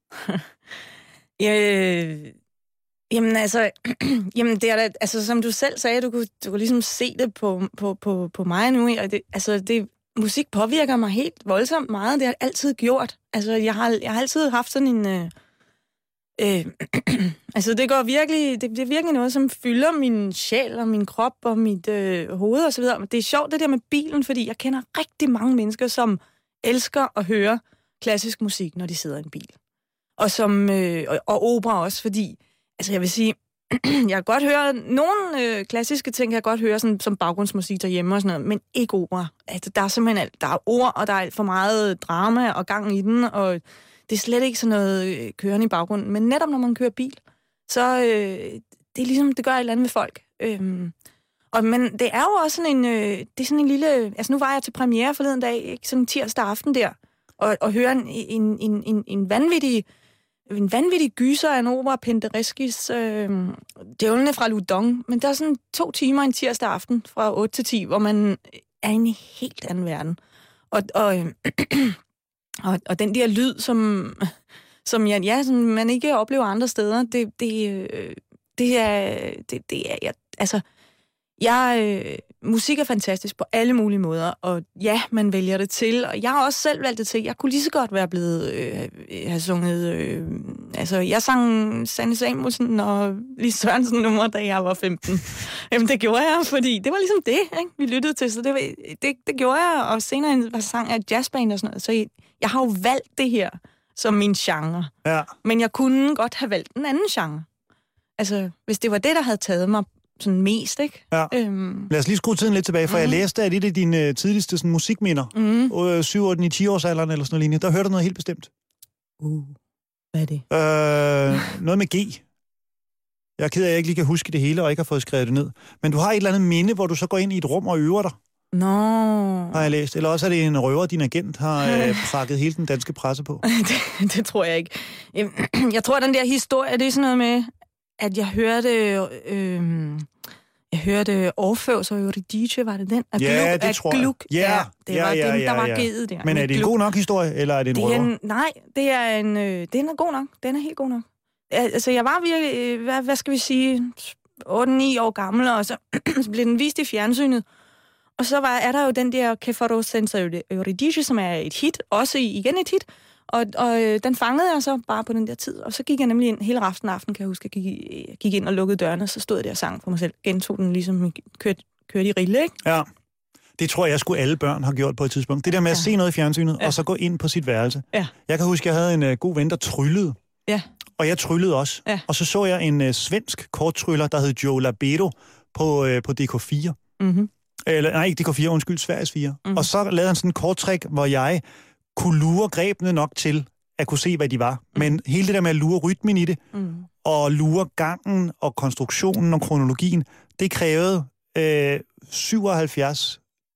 øh, jamen altså, jamen det er da, altså som du selv sagde, du kunne, du kunne ligesom se det på, på, på, på mig nu, og det, altså det musik påvirker mig helt voldsomt meget. Det har jeg altid gjort. Altså, jeg har, jeg har altid haft sådan en... Øh, øh, altså, det går virkelig... Det, det er virkelig noget, som fylder min sjæl og min krop og mit øh, hoved og så videre. Men det er sjovt, det der med bilen, fordi jeg kender rigtig mange mennesker, som elsker at høre klassisk musik, når de sidder i en bil. Og, som, øh, og, og opera også, fordi... Altså, jeg vil sige... Jeg kan godt høre, nogle øh, klassiske ting kan jeg godt høre sådan, som baggrundsmusik derhjemme og sådan noget, men ikke opera. Altså, der er simpelthen alt. Der er ord, og der er alt for meget drama og gang i den, og det er slet ikke sådan noget øh, kørende i baggrunden. Men netop når man kører bil, så øh, det er ligesom, det gør et eller andet med folk. Øhm, og, men det er jo også sådan en, øh, det er sådan en lille, altså nu var jeg til premiere forleden dag, ikke? Sådan tirsdag aften der, og, og høre en, en, en, en, en vanvittig En vanvittig gyser af en opera, Pendereskis øh, Djævlene fra Loudun. Men der er sådan to timer en tirsdag aften fra otte til ti, hvor man er i en helt anden verden. Og, og, øh, og, og den der lyd, som, som, ja, ja, som man ikke oplever andre steder, det, det, øh, det er... Det, det er ja, altså, jeg... Øh, musik er fantastisk på alle mulige måder, og ja, man vælger det til, og jeg har også selv valgt det til. Jeg kunne lige så godt være blevet, øh, have sunget, øh, altså, jeg sang Sanne Samuelsen og Lise Sørensen nummer, da jeg var femten. Jamen, det gjorde jeg, fordi det var ligesom det, ikke? Vi lyttede til, så det, det, det gjorde jeg, og senere var sang af jazzband og sådan noget, så jeg, jeg har jo valgt det her som min genre. Ja. Men jeg kunne godt have valgt en anden genre. Altså, hvis det var det, der havde taget mig sådan mest, ikke? Ja. Øhm. Lad os lige skrue tiden lidt tilbage, for mm. jeg læste, at det er dine tidligste sådan, musikminder, mm. syv, otte, ni, ti års alderen eller sådan noget lignende, der hørte du noget helt bestemt. Uh, hvad er det? Øh, noget med G. Jeg er ked af, at jeg ikke lige kan huske det hele, og ikke har fået skrevet det ned. Men du har et eller andet minde, hvor du så går ind i et rum og øver dig. Nå. No. Har jeg læst. Eller også er det en røver, din agent har øh, prakket hele den danske presse på. det, det tror jeg ikke. Jeg tror, at den der historie, det er sådan noget med, at jeg hørte... Øh, jeg hørte Orfeus og Eurydice, var det den? At ja, gluk, det tror jeg. Gluk, ja, ja, det ja, var ja, den, ja, der var ja. givet der. Men er det en gluk. god nok historie, eller er det en det røver? Er en, nej, det er en, øh, den er god nok. Den er helt god nok. Altså, jeg var virkelig, hvad, hvad skal vi sige, otte ni år gammel, og så, så blev den vist i fjernsynet. Og så var, er der jo den der Che farò senza Eurydice, som er et hit, også igen et hit. Og, og øh, den fangede jeg så bare på den der tid. Og så gik jeg nemlig ind hele aften aften, kan jeg huske. Jeg gik, jeg gik ind og lukkede dørene, og så stod jeg der og sang for mig selv. Gentog den ligesom kørt, kørt i rille, ikke? Ja. Det tror jeg, jeg skulle alle børn har gjort på et tidspunkt. Det der med at ja. se noget i fjernsynet, ja. og så gå ind på sit værelse. Ja. Jeg kan huske, jeg havde en uh, god ven, der tryllede. Ja. Og jeg tryllede også. Ja. Og så så jeg en uh, svensk korttryller, der hed Joe Labero på, uh, på D K fire. Mm-hmm. Eller, nej, ikke D K fire, undskyld, Sveriges fire. Mm-hmm. Og så lavede han sådan en korttrik, hvor jeg kunne lure grebene nok til at kunne se, hvad de var. Mm. Men hele det der med at lure rytmen i det, mm. og lure gangen og konstruktionen og kronologien, det krævede øh, syvoghalvfjerds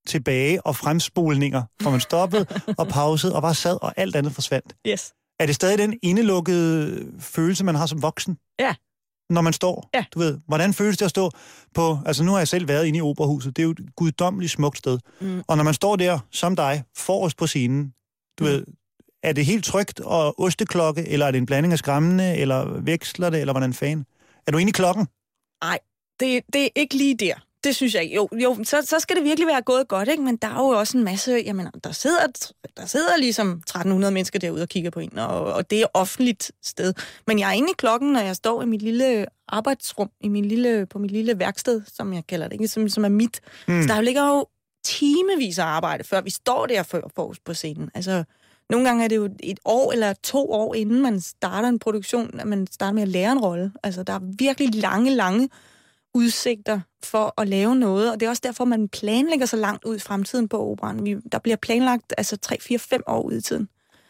tilbage og fremspolninger, hvor man stoppede og pausede og bare sad, og alt andet forsvandt. Yes. Er det stadig den indelukkede følelse, man har som voksen? Ja. Når man står? Ja. Du ved, hvordan føles det at stå på... Altså, nu har jeg selv været inde i Operahuset. Det er jo et guddommeligt smukt sted. Mm. Og når man står der, som dig, forrest på scenen, du mm. ved, er det helt trygt og osteklokke, eller er det en blanding af skræmmende, eller veksler det, eller hvordan fanden? Er du inde i klokken? Nej, det, det er ikke lige der. Det synes jeg ikke. Jo, jo så, så skal det virkelig være gået godt, ikke? Men der er jo også en masse... Jamen, der sidder, der sidder ligesom tretten hundrede mennesker derude og kigger på en, og, og det er offentligt sted. Men jeg er inde i klokken, når jeg står i mit lille arbejdsrum, i min lille, på mit lille værksted, som jeg kalder det, ikke? Som, som er mit. Mm. Så der ligger jo timevis af arbejde, før vi står der for, for på scenen. Altså, nogle gange er det jo et år eller to år, inden man starter en produktion, at man starter med at lære en rolle. Altså, der er virkelig lange, lange udsigter for at lave noget, og det er også derfor, man planlægger så langt ud i fremtiden på operaen. Vi, der bliver planlagt altså tre, fire, fem år ud i tiden.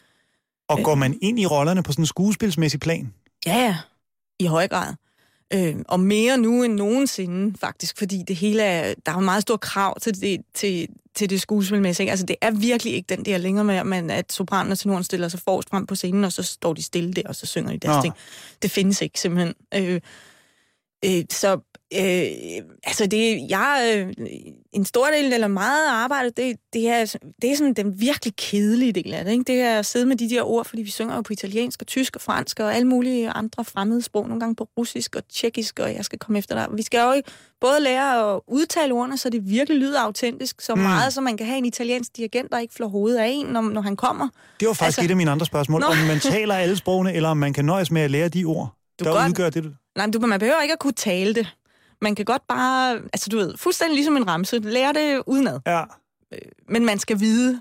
Og går man ind i rollerne på sådan en skuespilsmæssig plan? Ja, ja. I høj grad. Øh, og mere nu end nogensinde, faktisk, fordi det hele er, der er en meget stor krav til det, til, til det skuespilmæssige. Altså, det er virkelig ikke den der længere med, at, man, at sopranen og tenoren stiller sig forrest frem på scenen, og så står de stille der, og så synger de deres Nå. ting. Det findes ikke, simpelthen. Øh, øh, så Øh, altså det, jeg, øh, en stor del eller meget af arbejdet, det, det, er, det er sådan den virkelig kedelige del af det, ikke? Det er at sidde med de der ord, fordi vi synger jo på italiensk og tysk og fransk og alle mulige andre fremmede sprog, nogle gange på russisk og tjekkisk, og jeg skal komme efter dig. Vi skal jo ikke både lære at udtale ordene, så det virkelig lyder autentisk, så mm. meget, så man kan have en italiensk dirigent, der ikke flår hovedet af en, når, når han kommer. Det var faktisk altså, et af mine andre spørgsmål, nå. om man taler alle sprogene, eller om man kan nøjes med at lære de ord, du der godt, udgør det. Nej, du, man behøver ikke at kunne tale det. Man kan godt bare, altså du ved, fuldstændig ligesom en ramse, lære det udenad. Ja. Men man skal vide,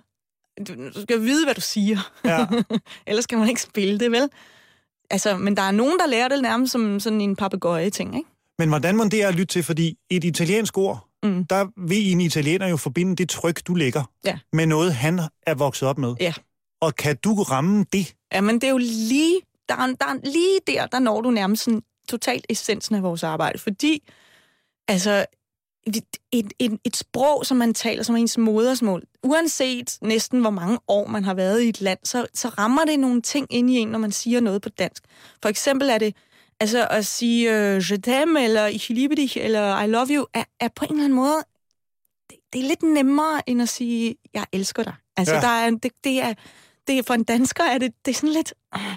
du skal vide, hvad du siger. Ja. Ellers kan man ikke spille det, vel? Altså, men der er nogen, der lærer det nærmest som sådan en papegøje-ting, ikke? Men hvordan må det er at lytte til? Fordi et italiensk ord, mm. der vil en italiener jo forbinde det tryk, du lægger, ja. med noget, han er vokset op med. Ja. Og kan du ramme det? Jamen, det er jo lige, der er, der er lige der, der når du nærmest sådan totalt essensen af vores arbejde, fordi altså, et, et, et, et sprog, som man taler som ens modersmål, uanset næsten hvor mange år man har været i et land, så, så rammer det nogle ting ind i en, når man siger noget på dansk. For eksempel er det, altså at sige uh, je t'aime, eller ich liebe dich, eller I love you, er, er på en eller anden måde, det, det er lidt nemmere, end at sige, jeg elsker dig. Altså, ja. der er, det, det er, det er, for en dansker er det, det er sådan lidt...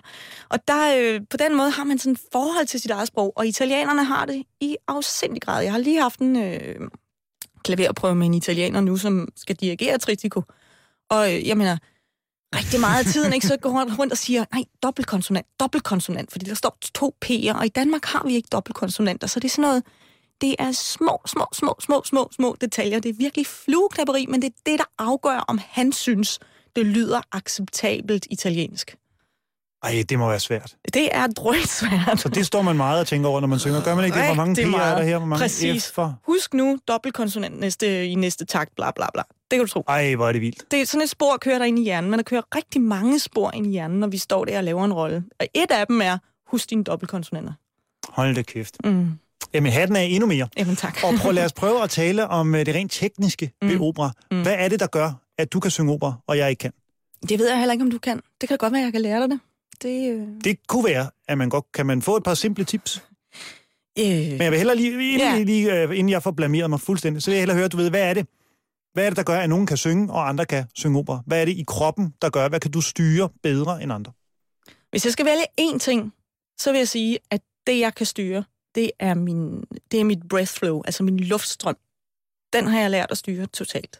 Og der, øh, på den måde har man sådan et forhold til sit eget sprog, og italienerne har det i afsindig grad. Jeg har lige haft en øh, klaverprøve med en italiener nu, som skal dirigere Trittico. Og øh, jeg mener, rigtig meget af tiden, ikke, så går han rundt og siger, nej, dobbeltkonsonant, dobbeltkonsonant, fordi der står to P'er, og i Danmark har vi ikke dobbeltkonsonanter, så det er sådan noget, det er små, små, små, små, små, små detaljer. Det er virkelig flueknapperi, men det er det, der afgør, om han synes, det lyder acceptabelt italiensk. Ej, det må være svært. Det er drøjtsvært. Så det står man meget og tænker over, når man synger. Gør man ikke det? Hvor mange P'er er der her? Hvor mange Præcis. F'er? Husk nu, dobbeltkonsonant næste, i næste takt, bla bla bla. Det kan du tro. Ej, hvor er det vildt. Det er sådan et spor, kører der ind i hjernen. Man kører rigtig mange spor ind i hjernen, når vi står der og laver en rolle. Og et af dem er, husk dine dobbeltkonsonanter. Hold da kæft. Mm. Jamen, hatten er endnu mere. Jamen, tak. Og prøv, lad os prøve at tale om det rent tekniske mm. ved opera. Mm. Hvad er det, der gør, at du kan synge opera, og jeg ikke kan? Det ved jeg heller ikke, om du kan. Det kan godt være, at jeg kan lære dig det. Det, øh... det kunne være, at man godt kan man få et par simple tips. Øh... Men jeg vil hellere lige, inden, yeah. lige, uh, inden jeg får blameret mig fuldstændig, så vil jeg hellere høre, du ved, hvad er det? Hvad er det, der gør, at nogen kan synge, og andre kan synge opera? Hvad er det i kroppen, der gør, hvad kan du styre bedre end andre? Hvis jeg skal vælge én ting, så vil jeg sige, at det, jeg kan styre, det er, min, det er mit breath flow, altså min luftstrøm. Den har jeg lært at styre totalt.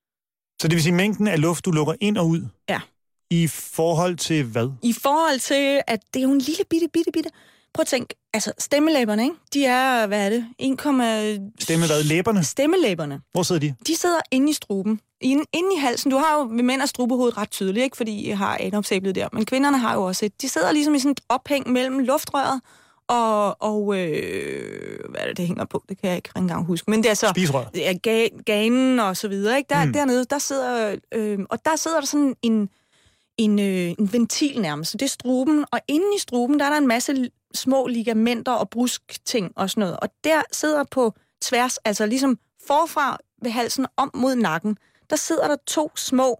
Så det vil sige, mængden af luft, du lukker ind og ud? Ja. I forhold til hvad? I forhold til, at det er jo en lille bitte, bitte, bitte... Prøv at tænke, altså stemmelæberne, ikke? De er, hvad er det? en komma... Stemme hvad? Læberne? Stemmelæberne. Hvor sidder de? De sidder inde i struben. Inde, inde i halsen. Du har jo ved mænd og strubehovedet ret tydeligt, ikke? Fordi I har anopsæblet der. Men kvinderne har jo også et. De sidder ligesom i sådan et ophæng mellem luftrøret og... og øh, hvad er det, det hænger på? Det kan jeg ikke engang huske. Men det er så... Spisrør. Det er ga- ganen og så videre, ikke? Der, mm. Dernede, der sidder... Øh, og der sidder der sådan en... En, øh, en ventil nærmest. Det er struben, og inde i struben, der er der en masse små ligamenter og bruskting og sådan noget. Og der sidder på tværs, altså ligesom forfra ved halsen om mod nakken, der sidder der to små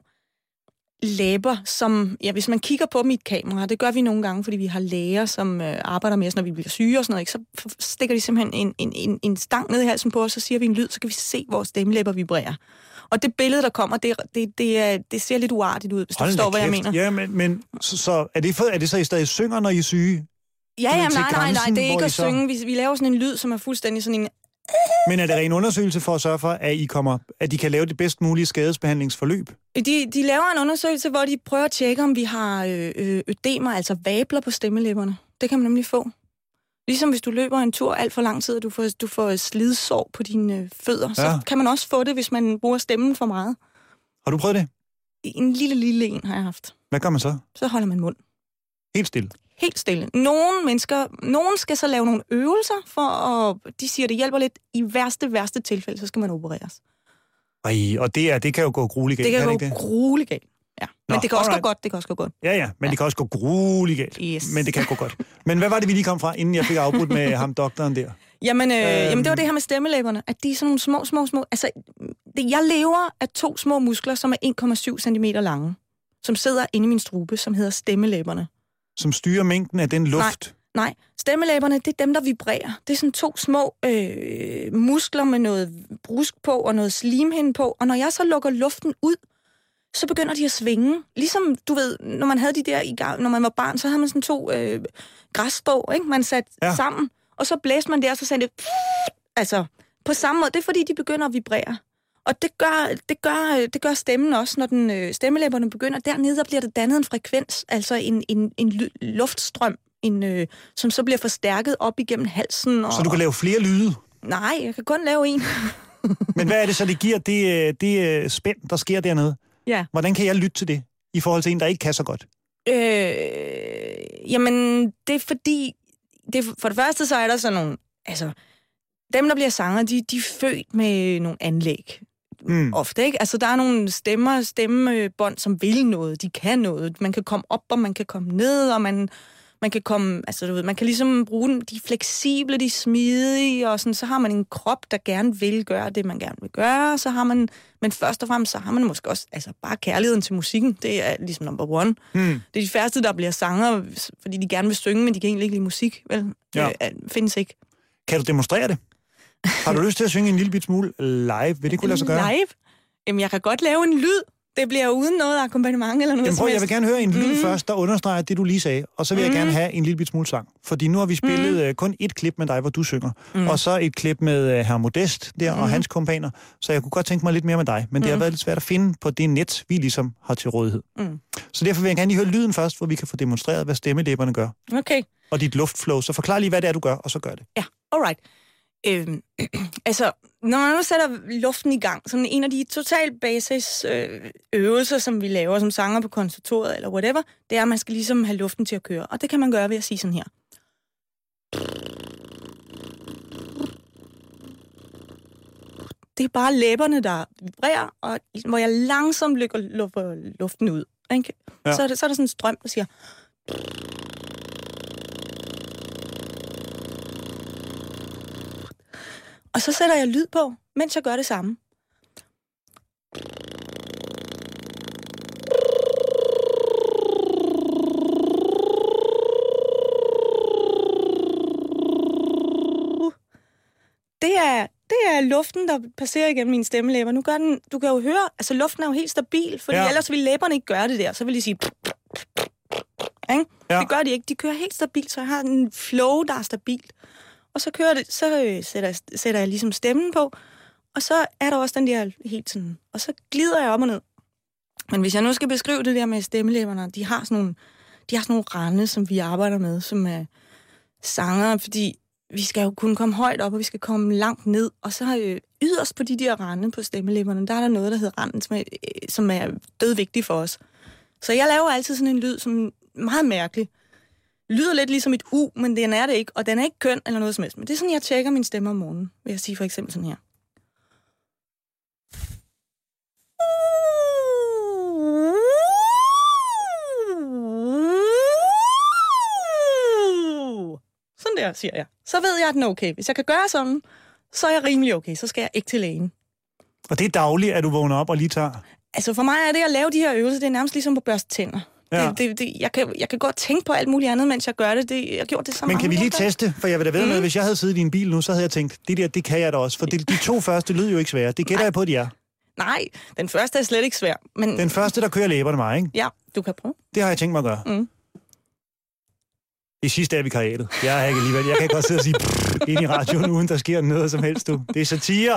læber, som, ja, hvis man kigger på dem i et kamera, det gør vi nogle gange, fordi vi har læger, som øh, arbejder med os, når vi bliver syge og sådan noget, ikke? Så stikker de simpelthen en, en, en, en stang ned i halsen på os, så siger vi en lyd, så kan vi se, hvor stemmelæber vibrerer. Og det billede, der kommer, det, det, det, er, det ser lidt uartigt ud, hvis Hold du forstår, da hvad jeg kæft. mener. Ja, men, men så, så, er, det for, er det så, I stadig synger, når I er syge? Ja, ja, nej, nej, nej, grænsen, det er ikke at så... synge. Vi, vi laver sådan en lyd, som er fuldstændig sådan en... Men er det ren undersøgelse for at sørge for, at I kommer, at de kan lave det bedst mulige skadesbehandlingsforløb? De, de laver en undersøgelse, hvor de prøver at tjekke, om vi har øh, ødemer, altså vabler på stemmelæberne. Det kan man nemlig få. Ligesom hvis du løber en tur alt for lang tid, og du får, du får slidsår på dine øh, fødder, ja. Så kan man også få det, hvis man bruger stemmen for meget. Har du prøvet det? En lille, lille en har jeg haft. Hvad gør man så? Så holder man mund. Helt stille? Helt stille. Nogle mennesker, nogen skal så lave nogle øvelser, for at, de siger, det hjælper lidt. I værste, værste tilfælde, så skal man opereres. Ej, og det, er, det kan jo gå grueligt galt. Det kan, kan gå grueligt galt, ja. Men Nå, det kan også alright. gå godt, det kan også gå godt. Ja, ja, men ja. Det kan også gå grueligt galt. Yes. Men det kan gå godt. Men hvad var det, vi lige kom fra, inden jeg fik afbrudt med ham, doktoren der? Jamen, øh, øhm... jamen, det var det her med stemmelæberne, at de er sådan nogle små, små, små... Altså, det, jeg lever af to små muskler, som er en komma syv centimeter lange, som sidder inde i min strube, som hedder stemmelæberne. Som styrer mængden af den luft? Nej, nej. Stemmelæberne, det er dem, der vibrerer. Det er sådan to små øh, muskler med noget brusk på og noget slimhinde på, og når jeg så lukker luften ud, så begynder de at svinge. Ligesom, du ved, når man havde de der i gang, når man var barn, så havde man sådan to øh, græsstrå, ikke? Man satte ja. sammen, og så blæste man der, og så sagde det... Altså, på samme måde. Det er, fordi de begynder at vibrere. Og det gør, det gør, det gør stemmen også, når den øh, stemmelæberne begynder. Dernede der bliver der dannet en frekvens, altså en, en, en luftstrøm, en, øh, som så bliver forstærket op igennem halsen. Og, så du kan lave flere lyde? Nej, jeg kan kun lave en. Men hvad er det så, det giver det, det spænd, der sker dernede? Ja. Hvordan kan jeg lytte til det, i forhold til en, der ikke kan så godt? Øh, jamen, det er fordi... Det, for det første, så er der sådan nogle... Altså, dem, der bliver sanger, de, de er født med nogle anlæg. Mm. Ofte, ikke? Altså, der er nogle stemmer, stemmebånd, som vil noget. De kan noget. Man kan komme op, og man kan komme ned, og man, man kan komme... Altså, du ved, man kan ligesom bruge dem. De er fleksible, de er smidige, og sådan, så har man en krop, der gerne vil gøre det, man gerne vil gøre. Så har man... Men først og fremmest, så har man måske også altså, bare kærligheden til musikken. Det er ligesom number one. Mm. Det er de færreste, der bliver sanger, fordi de gerne vil synge, men de kan egentlig ikke lide musik. Vel? Ja. Det findes ikke. Kan du demonstrere det? Har du lyst til at synge en lille bit smule live? Vil det kunne lade sig gøre? Live? Jamen, jeg kan godt lave en lyd. Det bliver uden noget akkompagnement eller noget. Jamen, prøv, jeg vil gerne høre en lyd mm. først, der understreger det, du lige sagde. Og så vil mm. jeg gerne have en lille bit smule sang. Fordi nu har vi spillet mm. kun et klip med dig, hvor du synger. Mm. Og så et klip med uh, Herr Modest der, mm. og hans kompaner. Så jeg kunne godt tænke mig lidt mere med dig. Men mm. det har været lidt svært at finde på det net, vi ligesom har til rådighed. Mm. Så derfor vil jeg gerne lige høre lyden først, hvor vi kan få demonstreret, hvad stemmelæberne gør. Okay. Og dit luftflow. Så forklar lige, hvad det er, du gør, og så gør det. Ja, alright. Øhm, altså, når man nu sætter luften i gang, som en af de total basis øh, øvelser, som vi laver som sanger på konservatoriet eller whatever, det er, at man skal ligesom have luften til at køre. Og det kan man gøre ved at sige sådan her. Det er bare læberne, der vibrerer, og hvor jeg langsomt lukker luften ud. Ikke? Ja. Så, er det, så er der sådan en strøm, der siger... Og så sætter jeg lyd på, mens jeg gør det samme. Det er, det er luften, der passerer igennem mine stemmelæber. Nu gør den, du kan jo høre, altså luften er jo helt stabil, fordi ja. ellers vil læberne ikke gøre det der. Så vil de sige... Ikke? Ja. Det gør de ikke. De kører helt stabilt, så jeg har en flow, der er stabilt. Og så kører det, så øh, sætter, jeg, sætter jeg ligesom stemmen på, og så er der også den der helt sådan, og så glider jeg op og ned. Men hvis jeg nu skal beskrive det der med stemmelæberne, de har sådan nogle, de har sådan nogle rande, som vi arbejder med, som er sanger, fordi vi skal jo kunne komme højt op, og vi skal komme langt ned, og så øh, yderst på de der rande på stemmelæberne, der er der noget, der hedder randen, som er, øh, som er dødvigtigt for os. Så jeg laver altid sådan en lyd, som er meget mærkelig. Lyder lidt ligesom et U, men den er det ikke, og den er ikke køn eller noget som helst. Men det er sådan, jeg tjekker min stemme om morgenen, vil jeg sige for eksempel sådan her. Sådan der, siger jeg. Så ved jeg, at den er okay. Hvis jeg kan gøre sådan, så er jeg rimelig okay. Så skal jeg ikke til lægen. Og det er dagligt, at du vågner op og lige tager? Altså for mig er det at lave de her øvelser, det er nærmest ligesom at børste tænder. Ja. Det, det, det, jeg, kan, jeg kan godt tænke på alt muligt andet, mens jeg gør det. det jeg har gjort det så Men mange kan vi lige gange. teste? For jeg vil da ved med, mm. hvis jeg havde siddet i en bil nu, så havde jeg tænkt, det der, det kan jeg da også. For det, de to første lyder jo ikke svære. Det gætter Nej. jeg på, de er. Nej, den første er slet ikke svær. Men... Den første, der kører læberne mig, ikke? Ja, du kan prøve. Det har jeg tænkt mig at gøre. Mm. I sidste er vi karrieret. Jeg er ikke alligevel. Jeg kan godt sidde og sige ind i radioen, uden der sker noget som helst, du. Det er satire.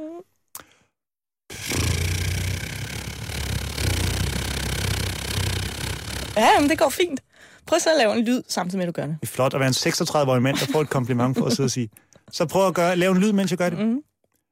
Ja, men det går fint. Prøv så at lave en lyd, samtidig med, at du gør det. Det er flot at være en seksogtredive-årig mand, der får et kompliment for at sidde og sige. Så prøv at gøre, lave en lyd, mens jeg gør det. Mm.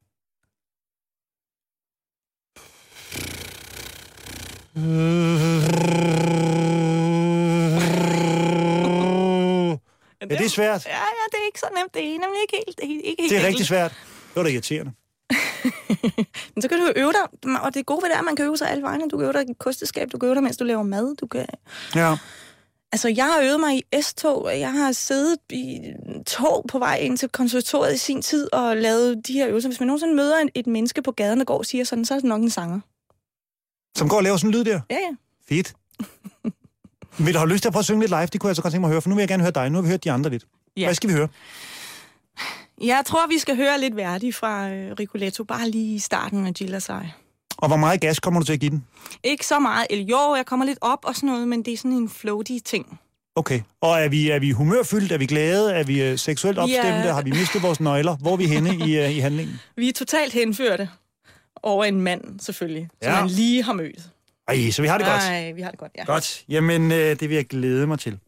Ja, det er svært. Ja, ja, det er ikke så nemt. Det er nemlig ikke helt... Det er, ikke helt det er rigtig svært. Det var da irriterende. Men så kan du jo øve dig, og det gode ved det er, at man kan øve sig alle vegne. Du kan øve dig i kosteskab, du kan øve dig, mens du laver mad. Du kan... Ja. Altså, jeg har øvet mig i S-tog, jeg har siddet i tog på vej ind til konservatoriet i sin tid og lavet de her øvelser. Hvis man nogensinde møder et, et menneske på gaden, der går og siger sådan, så er det nok en sanger. Som går og laver sådan en lyd der? Ja, ja. Fedt. Vil du have lyst til at prøve at synge lidt live? Det kunne jeg så godt tænke mig at høre, for nu vil jeg gerne høre dig. Nu har vi hørt de andre lidt. Ja. Hvad skal vi høre? Jeg tror, vi skal høre lidt værdigt fra øh, Rigoletto, bare lige i starten af Gilla Sai. Og hvor meget gas kommer du til at give den? Ikke så meget. Eller jo, jeg kommer lidt op og sådan noget, men det er sådan en floaty ting. Okay. Og er vi, er vi humørfyldt? Er vi glade? Er vi uh, seksuelt opstemte? Ja. Har vi mistet vores nøgler? Hvor er vi henne i, uh, i handlingen? Vi er totalt henførte over en mand, selvfølgelig, som ja. man lige har mødt. Ej, så vi har det godt. Nej, vi har det godt, ja. Godt. Jamen, uh, det vil jeg glæde mig til.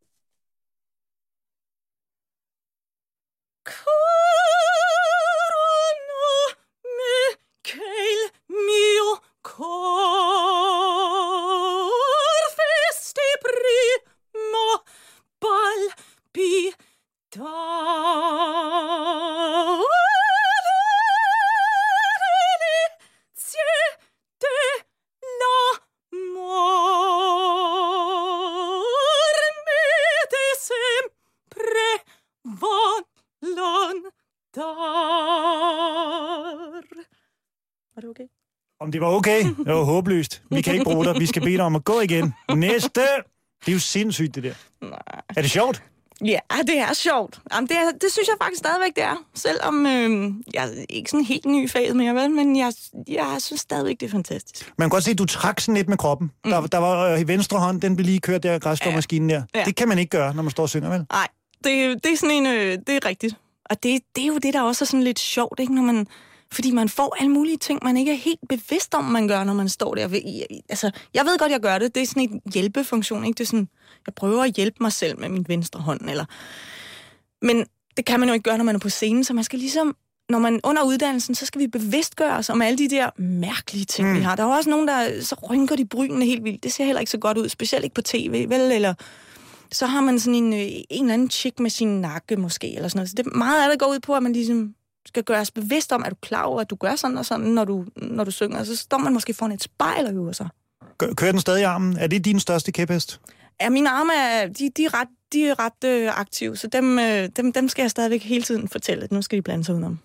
Om det var okay? Det var håbløst. Vi kan ikke bruge dig. Vi skal bede dig om at gå igen. Næste! Det er jo sindssygt, det der. Nej. Er det sjovt? Ja, det er sjovt. Jamen, det, er, det synes jeg faktisk stadigvæk, det er. Selvom øh, jeg er ikke sådan helt ny i faget mere, vel? Men jeg, jeg synes stadigvæk, det er fantastisk. Man kan godt se, at du trak sådan lidt med kroppen. Mm. Der, der var øh, i venstre hånd, den blev lige kørt der, græsslåmaskinen der. Ja. Det kan man ikke gøre, når man står og synger, vel? Nej, det, det er sådan en... Øh, det er rigtigt. Og det, det er jo det, der også er sådan lidt sjovt, ikke? Når man... Fordi man får alle mulige ting, man ikke er helt bevidst om, man gør, når man står der. Altså, jeg ved godt, jeg gør det. Det er sådan en hjælpefunktion, ikke? Det er sådan, jeg prøver at hjælpe mig selv med min venstre hånd, eller... Men det kan man jo ikke gøre, når man er på scenen, så man skal ligesom... Når man under uddannelsen, så skal vi bevidstgøre os om alle de der mærkelige ting, mm. vi har. Der er også nogen, der så rynker de brynene helt vildt. Det ser heller ikke så godt ud, specielt ikke på tv, vel? Eller så har man sådan en, en eller anden chick med sin nakke, måske, eller sådan noget. Så det meget af det går ud på, at man ligesom... skal gøres bevidst om, at du er klar over, at du gør sådan og sådan, når du, når du synger. Så står man måske foran et spejl og øver sig. Kører den stadig i armen? Er det din største kæphest? Ja, mine arme er, de, de er ret, de er ret øh, aktive, så dem, øh, dem, dem skal jeg stadigvæk hele tiden fortælle, at nu skal de blande sig udenom.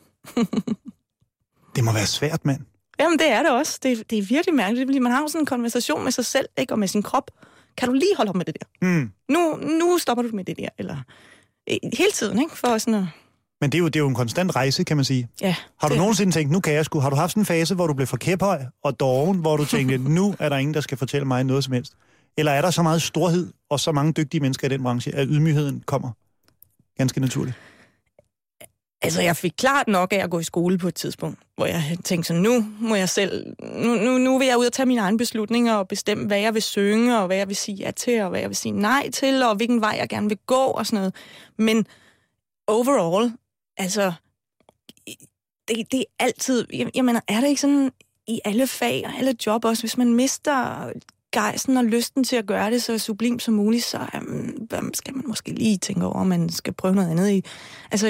Det må være svært, mand. Jamen, det er det også. Det, det er virkelig mærkeligt, fordi man har jo sådan en konversation med sig selv, ikke, og med sin krop. Kan du lige holde op med det der? Mm. Nu, nu stopper du med det der, eller hele tiden, ikke? For sådan at... Men det er, jo, det er jo en konstant rejse, kan man sige. Ja, har du nogensinde tænkt, nu kan jeg sgu... Har du haft en fase, hvor du blev for kæphøj og doven, hvor du tænkte, nu er der ingen, der skal fortælle mig noget som helst? Eller er der så meget storhed og så mange dygtige mennesker i den branche, at ydmygheden kommer ganske naturligt? Altså, jeg fik klart nok af at gå i skole på et tidspunkt, hvor jeg tænkte sådan, nu må jeg selv... Nu, nu, nu vil jeg ud og tage mine egne beslutninger og bestemme, hvad jeg vil synge, og hvad jeg vil sige ja til, og hvad jeg vil sige nej til, og hvilken vej jeg gerne vil gå, og sådan noget. Men overall... Altså, det, det er altid... Jeg, jeg mener, er det ikke sådan i alle fag og alle job også, hvis man mister gejsten og lysten til at gøre det så sublimt som muligt, så um, skal man måske lige tænke over, om man skal prøve noget andet i. Altså,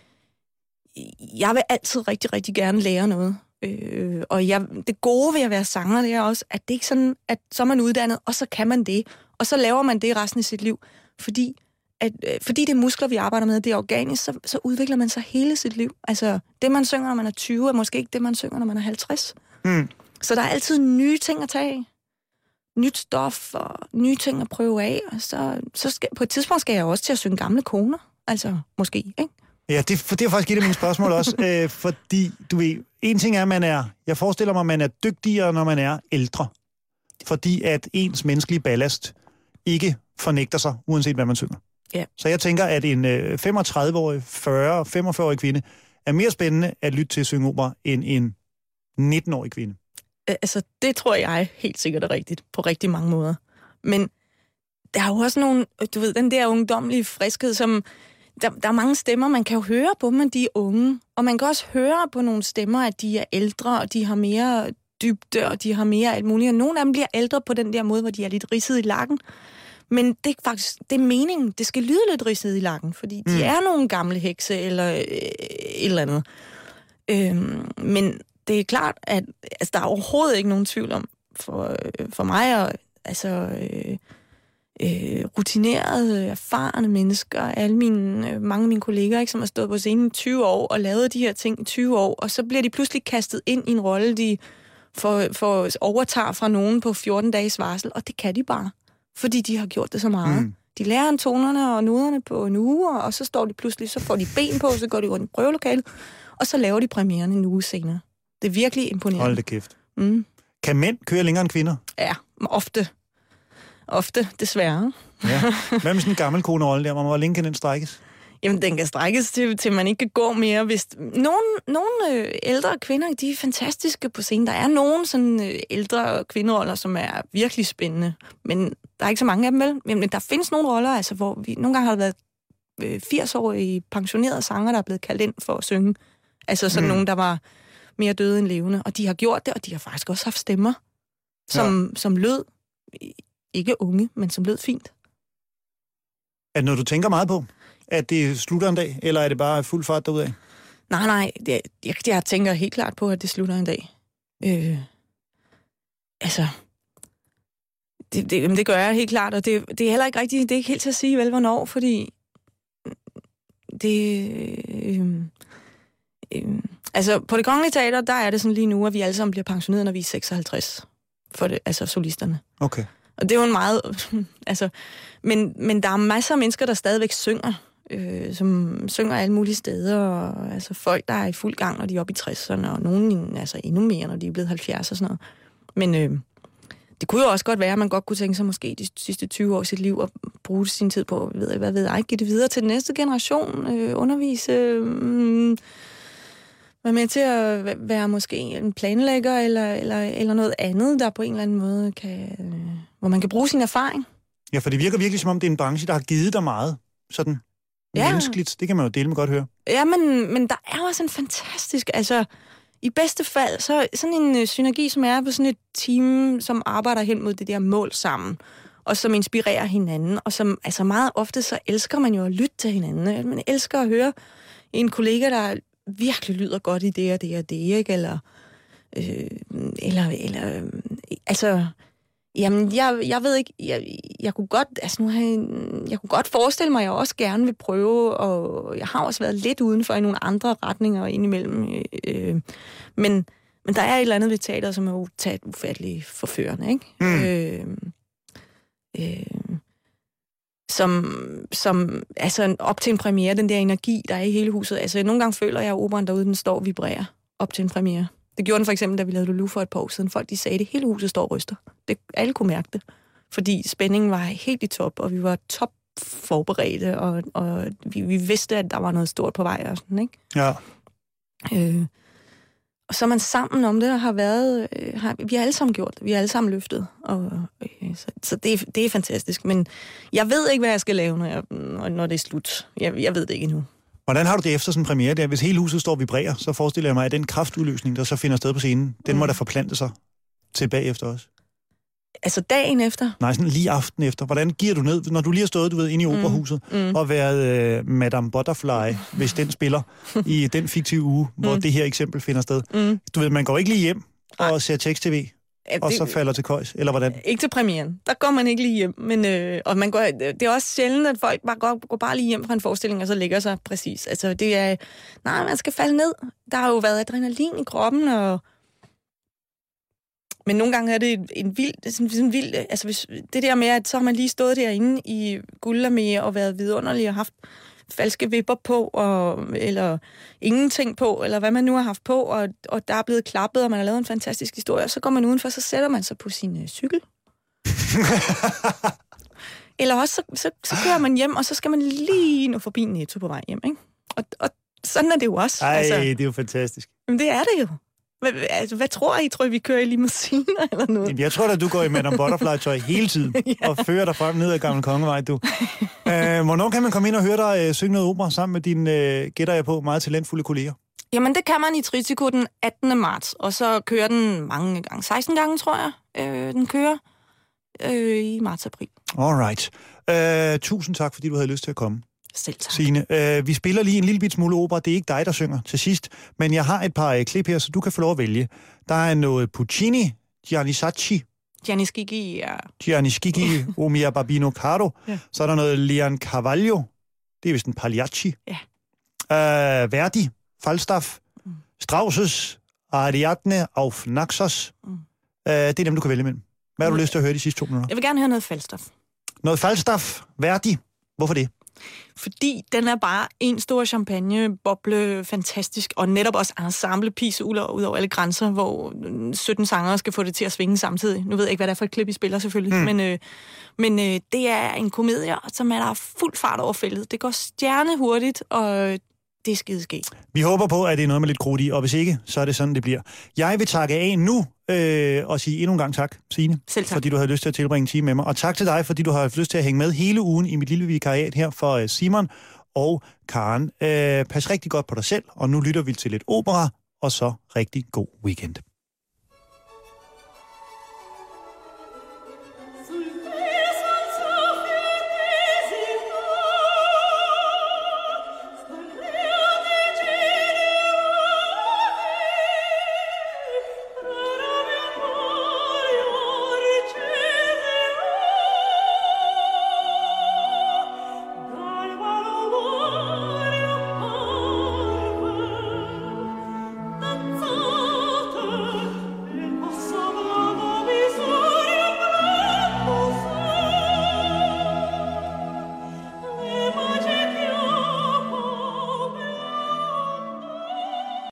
jeg vil altid rigtig, rigtig gerne lære noget. Øh, og jeg, det gode ved at være sanger, det er også, at det ikke sådan, at så er man uddannet, og så kan man det, og så laver man det resten af sit liv. Fordi at øh, fordi det er muskler, vi arbejder med, det er organisk, så, så udvikler man sig hele sit liv. Altså, det man synger, når man er tyve, er måske ikke det, man synger, når man er halvtreds. Mm. Så der er altid nye ting at tage af. Nyt stof og nye ting at prøve af. Og så, så skal, på et tidspunkt skal jeg også til at synge gamle koner. Altså, måske, ikke? Ja, det, for det er faktisk et af mine spørgsmål også. øh, fordi, du ved, en ting er, at man er... Jeg forestiller mig, at man er dygtigere, når man er ældre. Fordi at ens menneskelige ballast ikke fornægter sig, uanset hvad man synger. Ja. Så jeg tænker, at en øh, femogtredive-årig, fyrre, femogfyrre-årig kvinde er mere spændende at lytte til at synge opera, end en nitten-årig kvinde. Altså, det tror jeg helt sikkert er rigtigt, på rigtig mange måder. Men der er jo også nogle, du ved, den der ungdomlige friskhed, som... Der, der er mange stemmer, man kan jo høre på dem, at de er unge. Og man kan også høre på nogle stemmer, at de er ældre, og de har mere dybde, og de har mere alt muligt. Og nogle af dem bliver ældre på den der måde, hvor de er lidt ridset i lakken. Men det er faktisk, det er meningen. Det skal lyde lidt ridset i lakken, fordi de mm. er nogle gamle hekse, eller øh, et eller andet. Øhm, men det er klart, at altså, der er overhovedet ikke nogen tvivl om, for, øh, for mig, og altså... Øh, Øh, rutinerede, erfarne mennesker, alle mine, øh, mange af mine kolleger, ikke, som har stået på scenen i tyve år og lavet de her ting i tyve år, og så bliver de pludselig kastet ind i en rolle, de får, får overtager fra nogen på fjorten dages varsel, og det kan de bare, fordi de har gjort det så meget. Mm. De lærer tonerne og noderne på en uge, og så står de pludselig, så får de ben på, så går de rundt i prøvelokalet, og så laver de premieren en uge senere. Det er virkelig imponerende. Hold det kæft. Mm. Kan mænd køre længere end kvinder? Ja, ofte. Ofte, desværre. Ja. Hvad med sådan en gammel konerolle der? Hvor længe kan den strækkes? Jamen, den kan strækkes til, til man ikke kan gå mere. Hvis nogle, nogle øh, ældre kvinder, de er fantastiske på scenen. Der er nogle sådan øh, ældre kvinderoller, som er virkelig spændende. Men der er ikke så mange af dem, vel? Men der findes nogle roller, altså, hvor vi nogle gange har der været øh, firs-årige pensionerede sanger, der er blevet kaldt ind for at synge. Altså sådan mm. nogen, der var mere døde end levende. Og de har gjort det, og de har faktisk også haft stemmer, som, ja. som lød... Ikke unge, men som lød fint. Er det noget, du tænker meget på? At det slutter en dag, eller er det bare fuld fart derudad? Nej, nej. Det, jeg, jeg tænker helt klart på, at det slutter en dag. Øh, altså... Det, det, det gør jeg helt klart, og det, det er heller ikke rigtigt... Det er ikke helt til at sige vel, hvornår, fordi... Det... Øh, øh, altså, på Det Kongelige Teater, der er det sådan lige nu, at vi alle sammen bliver pensioneret, når vi er seksoghalvtreds. For det, altså solisterne. Okay. Og det er jo en meget... altså, men, men der er masser af mennesker, der stadigvæk synger, øh, som synger alle mulige steder, og altså folk, der er i fuld gang, når de er oppe i tresserne, og nogen altså endnu mere, når de er blevet halvfjerds og sådan noget. Men øh, det kunne jo også godt være, at man godt kunne tænke sig måske de sidste tyve år af sit liv og bruge sin tid på, ved, hvad ved jeg, give det videre til den næste generation, øh, undervise... Øh, være med til at være måske en planlægger eller, eller, eller noget andet, der på en eller anden måde kan... hvor man kan bruge sin erfaring. Ja, for det virker virkelig som om, det er en branche, der har givet dig meget sådan ja. menneskeligt. Det kan man jo dele med godt høre. Ja, men, men der er også en fantastisk... Altså, i bedste fald, så sådan en synergi, som er på sådan et team, som arbejder hen mod det der mål sammen, og som inspirerer hinanden, og som altså meget ofte, så elsker man jo at lytte til hinanden. Man elsker at høre en kollega, der virkelig lyder godt i det og det og det, ikke? Eller, øh, eller, eller øh, altså, jamen, jeg, jeg ved ikke, jeg, jeg kunne godt, altså nu har jeg, jeg kunne godt forestille mig, at jeg også gerne vil prøve, og jeg har også været lidt udenfor i nogle andre retninger indimellem, øh, men, men der er et eller andet ved teateret, som er utalt ufattelig forførende, ikke? Mm. Øh, øh, som, som, altså op til en premiere, den der energi, der er i hele huset. Altså nogle gange føler jeg, at operaen derude, den står og vibrerer op til en premiere. Det gjorde den for eksempel, da vi lavede Lulu for et par år siden. Folk, de sagde, at hele huset står og ryster. Det, alle kunne mærke det. Fordi spændingen var helt i top, og vi var top forberedte, og, og vi, vi vidste, at der var noget stort på vej og sådan, ikke? Ja. Øh, og så er man sammen om det, og har været... Øh, har, vi har alle sammen gjort det. Vi har alle sammen løftet. Og, øh, så så det, er, det er fantastisk. Men jeg ved ikke, hvad jeg skal lave, når, jeg, når det er slut. Jeg, jeg ved det ikke endnu. Hvordan har du det efter sådan en premiere der? Hvis hele huset står og vibrerer, så forestiller jeg mig, at den kraftudløsning, der så finder sted på scenen, den mm. må da forplante sig til bagefter også. Altså dagen efter? Nej, sådan lige aften efter. Hvordan giver du ned, når du lige har stået, du ved, inde i operahuset, mm. mm. og været uh, Madame Butterfly, hvis den spiller, i den fiktive uge, hvor mm. det her eksempel finder sted. Mm. Du ved, man går ikke lige hjem og Ej. ser tekst-tv. Ja, og det, så falder til køjs, eller hvordan? Ikke til premieren. Der går man ikke lige hjem. Men, øh, og man går, det er også sjældent, at folk bare går, går bare lige hjem fra en forestilling, og så lægger sig præcis. Altså, det er... Nej, man skal falde ned. Der har jo været adrenalin i kroppen, og... Men nogle gange er det en, en vild... Sådan, sådan vild altså, hvis, det der med, at så har man lige stået derinde i guldlamé og været vidunderlig og haft falske vipper på, og, eller ingenting på, eller hvad man nu har haft på, og, og der er blevet klappet, og man har lavet en fantastisk historie, og så går man udenfor, så sætter man sig på sin øh, cykel. Eller også, så, så, så kører man hjem, og så skal man lige nå forbi Netto på vej hjem, ikke? Og, og sådan er det jo også. Ej, altså, det er jo fantastisk. Men det er det jo. Hvad, altså, hvad tror I? Tror I, vi kører i limousiner eller noget? Jamen, jeg tror da, du går i Madame Butterfly-tøj hele tiden, ja. Og fører dig frem ned ad Gamle Kongevej, du. øh, hvornår kan man komme ind og høre dig øh, synge noget opera sammen med dine, øh, gætter jeg på, meget talentfulde kolleger? Jamen, det kan man i Tritiko den attende marts, og så kører den mange gange. seksten gange, tror jeg, øh, den kører øh, i marts-april. Alright. Øh, tusind tak, fordi du havde lyst til at komme. Selv tak. Signe, øh, vi spiller lige en lille bit smule opera. Det er ikke dig, der synger til sidst, men jeg har et par øh, klip her, så du kan få lov at vælge. Der er noget Puccini, Giannisacci, Gianni Schicchi, ja. Gianni Schicchi, Omia Babino Caro. Ja. Så er der noget Leoncavallo, det er vist en Pagliacci. Ja. Øh, Verdi, Falstaff, mm. Strauss' Ariadne auf Naxos. Mm. Øh, det er dem, du kan vælge mellem. Hvad har du mm. lyst til at høre de sidste to minutter? Jeg vil gerne høre noget Falstaff. Noget Falstaff, Verdi. Hvorfor det? Fordi den er bare en stor champagne, boble, fantastisk, og netop også ensemblepise ud over alle grænser, hvor sytten sangere skal få det til at svinge samtidig. Nu ved jeg ikke, hvad det er for et klip, I spiller selvfølgelig, mm. men, øh, men øh, det er en komedie, som er der fuld fart over feltet. Det går stjernehurtigt, og det er skideskægt. Vi håber på, at det er noget med lidt krudt i, og hvis ikke, så er det sådan, det bliver. Jeg vil takke af nu øh, og sige endnu en gang tak, Signe, fordi du havde lyst til at tilbringe en time med mig. Og tak til dig, fordi du har haft lyst til at hænge med hele ugen i mit lille vikariat her for øh, Simon og Karen. Øh, pas rigtig godt på dig selv, og nu lytter vi til lidt opera, og så rigtig god weekend.